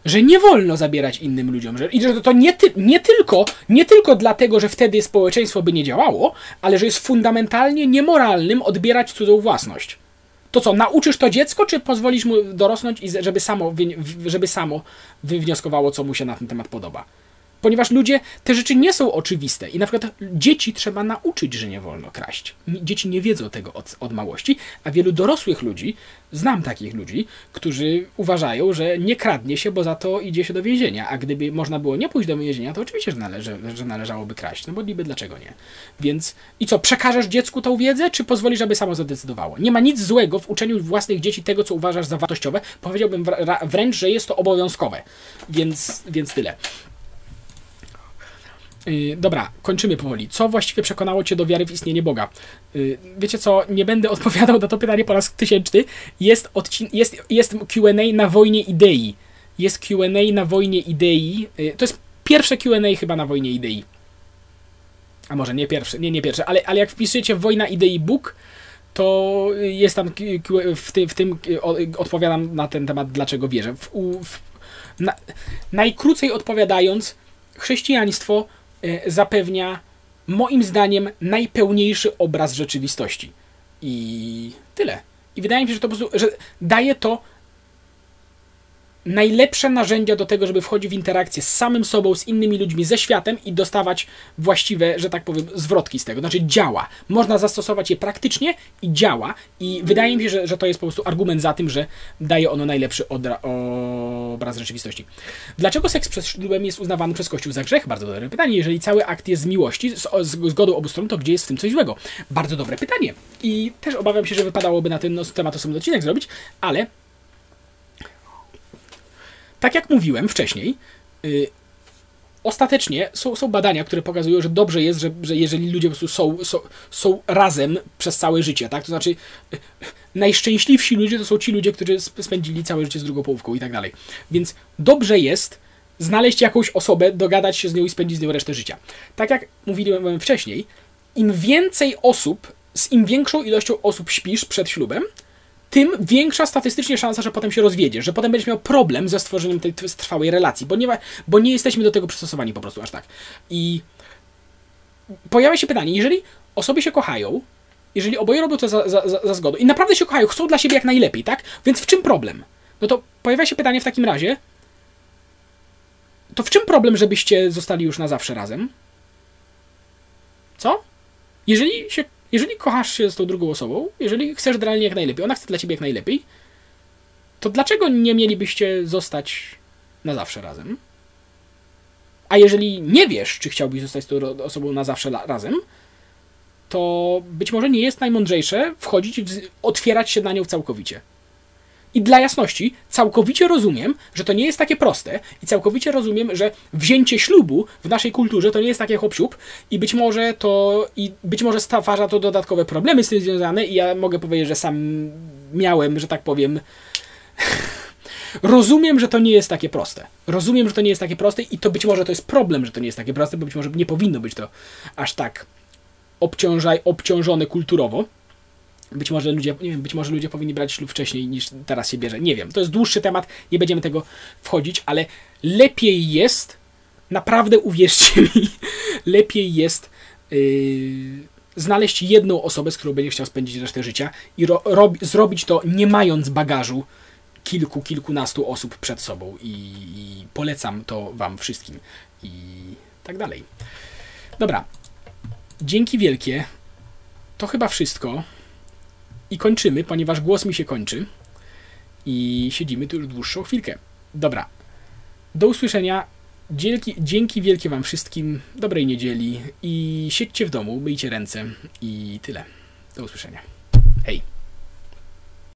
że nie wolno zabierać innym ludziom, że, i że to nie, ty, nie, tylko, nie tylko dlatego, że wtedy społeczeństwo by nie działało, ale że jest fundamentalnie niemoralnym odbierać cudzą własność. To co, nauczysz to dziecko, czy pozwolisz mu dorosnąć i żeby samo, żeby samo wywnioskowało, co mu się na ten temat podoba? Ponieważ ludzie, te rzeczy nie są oczywiste i na przykład dzieci trzeba nauczyć, że nie wolno kraść. Dzieci nie wiedzą tego od, od małości, a wielu dorosłych ludzi, znam takich ludzi, którzy uważają, że nie kradnie się, bo za to idzie się do więzienia, a gdyby można było nie pójść do więzienia, to oczywiście, że, należy, że należałoby kraść, no bo niby dlaczego nie? Więc i co, przekażesz dziecku tą wiedzę, czy pozwolisz, aby samo zadecydowało? Nie ma nic złego w uczeniu własnych dzieci tego, co uważasz za wartościowe, powiedziałbym wręcz, że jest to obowiązkowe, więc, więc tyle. Yy, dobra, kończymy powoli. Co właściwie przekonało cię do wiary w istnienie Boga? Yy, wiecie co, nie będę odpowiadał na to pytanie po raz tysięczny. Jest, odcin- jest, jest Q and A na Wojnie Idei. Jest Q and A na Wojnie Idei. Yy, to jest pierwsze Q and A chyba na Wojnie Idei. A może nie pierwsze, nie, nie pierwsze, ale, ale jak wpisujecie Wojna Idei Bóg, to jest tam w, ty, w tym odpowiadam na ten temat, dlaczego wierzę. W, w, na, najkrócej odpowiadając, chrześcijaństwo zapewnia, moim zdaniem, najpełniejszy obraz rzeczywistości. I tyle. I wydaje mi się, że to po prostu, że daje to najlepsze narzędzia do tego, żeby wchodzić w interakcję z samym sobą, z innymi ludźmi, ze światem i dostawać właściwe, że tak powiem, zwrotki z tego. Znaczy działa. Można zastosować je praktycznie i działa. I wydaje mi się, że, że to jest po prostu argument za tym, że daje ono najlepszy odra- obraz rzeczywistości. Dlaczego seks przed ślubem jest uznawany przez Kościół za grzech? Bardzo dobre pytanie. Jeżeli cały akt jest z miłości, z, z zgodą obu stron, to gdzie jest w tym coś złego? Bardzo dobre pytanie. I też obawiam się, że wypadałoby na ten no, temat osobny odcinek zrobić, ale tak jak mówiłem wcześniej, yy, ostatecznie są, są badania, które pokazują, że dobrze jest, że, że jeżeli ludzie po prostu są, są, są razem przez całe życie, tak? To znaczy yy, najszczęśliwsi ludzie to są ci ludzie, którzy spędzili całe życie z drugą połówką i tak dalej. Więc dobrze jest znaleźć jakąś osobę, dogadać się z nią i spędzić z nią resztę życia. Tak jak mówiłem wcześniej, im więcej osób, z im większą ilością osób śpisz przed ślubem, tym większa statystycznie szansa, że potem się rozwiedziesz, że potem będziesz miał problem ze stworzeniem tej trwałej relacji, bo nie, ma, bo nie jesteśmy do tego przystosowani po prostu aż tak. I pojawia się pytanie, jeżeli osoby się kochają, jeżeli oboje robią to za, za, za zgodą i naprawdę się kochają, chcą dla siebie jak najlepiej, tak? Więc w czym problem? No to pojawia się pytanie w takim razie, to w czym problem, żebyście zostali już na zawsze razem? Co? Jeżeli się Jeżeli kochasz się z tą drugą osobą, jeżeli chcesz realnie jak najlepiej, ona chce dla ciebie jak najlepiej, to dlaczego nie mielibyście zostać na zawsze razem? A jeżeli nie wiesz, czy chciałbyś zostać z tą osobą na zawsze razem, to być może nie jest najmądrzejsze wchodzić i otwierać się na nią całkowicie. I dla jasności, całkowicie rozumiem, że to nie jest takie proste i całkowicie rozumiem, że wzięcie ślubu w naszej kulturze to nie jest takie hop-siup i być może to i być może stwarza to dodatkowe problemy z tym związane i ja mogę powiedzieć, że sam miałem, że tak powiem, rozumiem, że to nie jest takie proste. Rozumiem, że to nie jest takie proste i to być może to jest problem, że to nie jest takie proste, bo być może nie powinno być to aż tak obciążaj, obciążone kulturowo. Być może ludzie, nie wiem, być może ludzie powinni brać ślub wcześniej niż teraz się bierze. Nie wiem, to jest dłuższy temat, nie będziemy tego wchodzić, ale lepiej jest, naprawdę uwierzcie mi, lepiej jest yy, znaleźć jedną osobę, z którą będziesz chciał spędzić resztę życia i ro, rob, zrobić to nie mając bagażu kilku, kilkunastu osób przed sobą i, i polecam to wam wszystkim i tak dalej. Dobra, dzięki wielkie, to chyba wszystko. I kończymy, ponieważ głos mi się kończy. I siedzimy tu już dłuższą chwilkę. Dobra. Do usłyszenia. Dzięki, dzięki wielkie wam wszystkim. Dobrej niedzieli. I siedźcie w domu, myjcie ręce. I tyle. Do usłyszenia. Hej.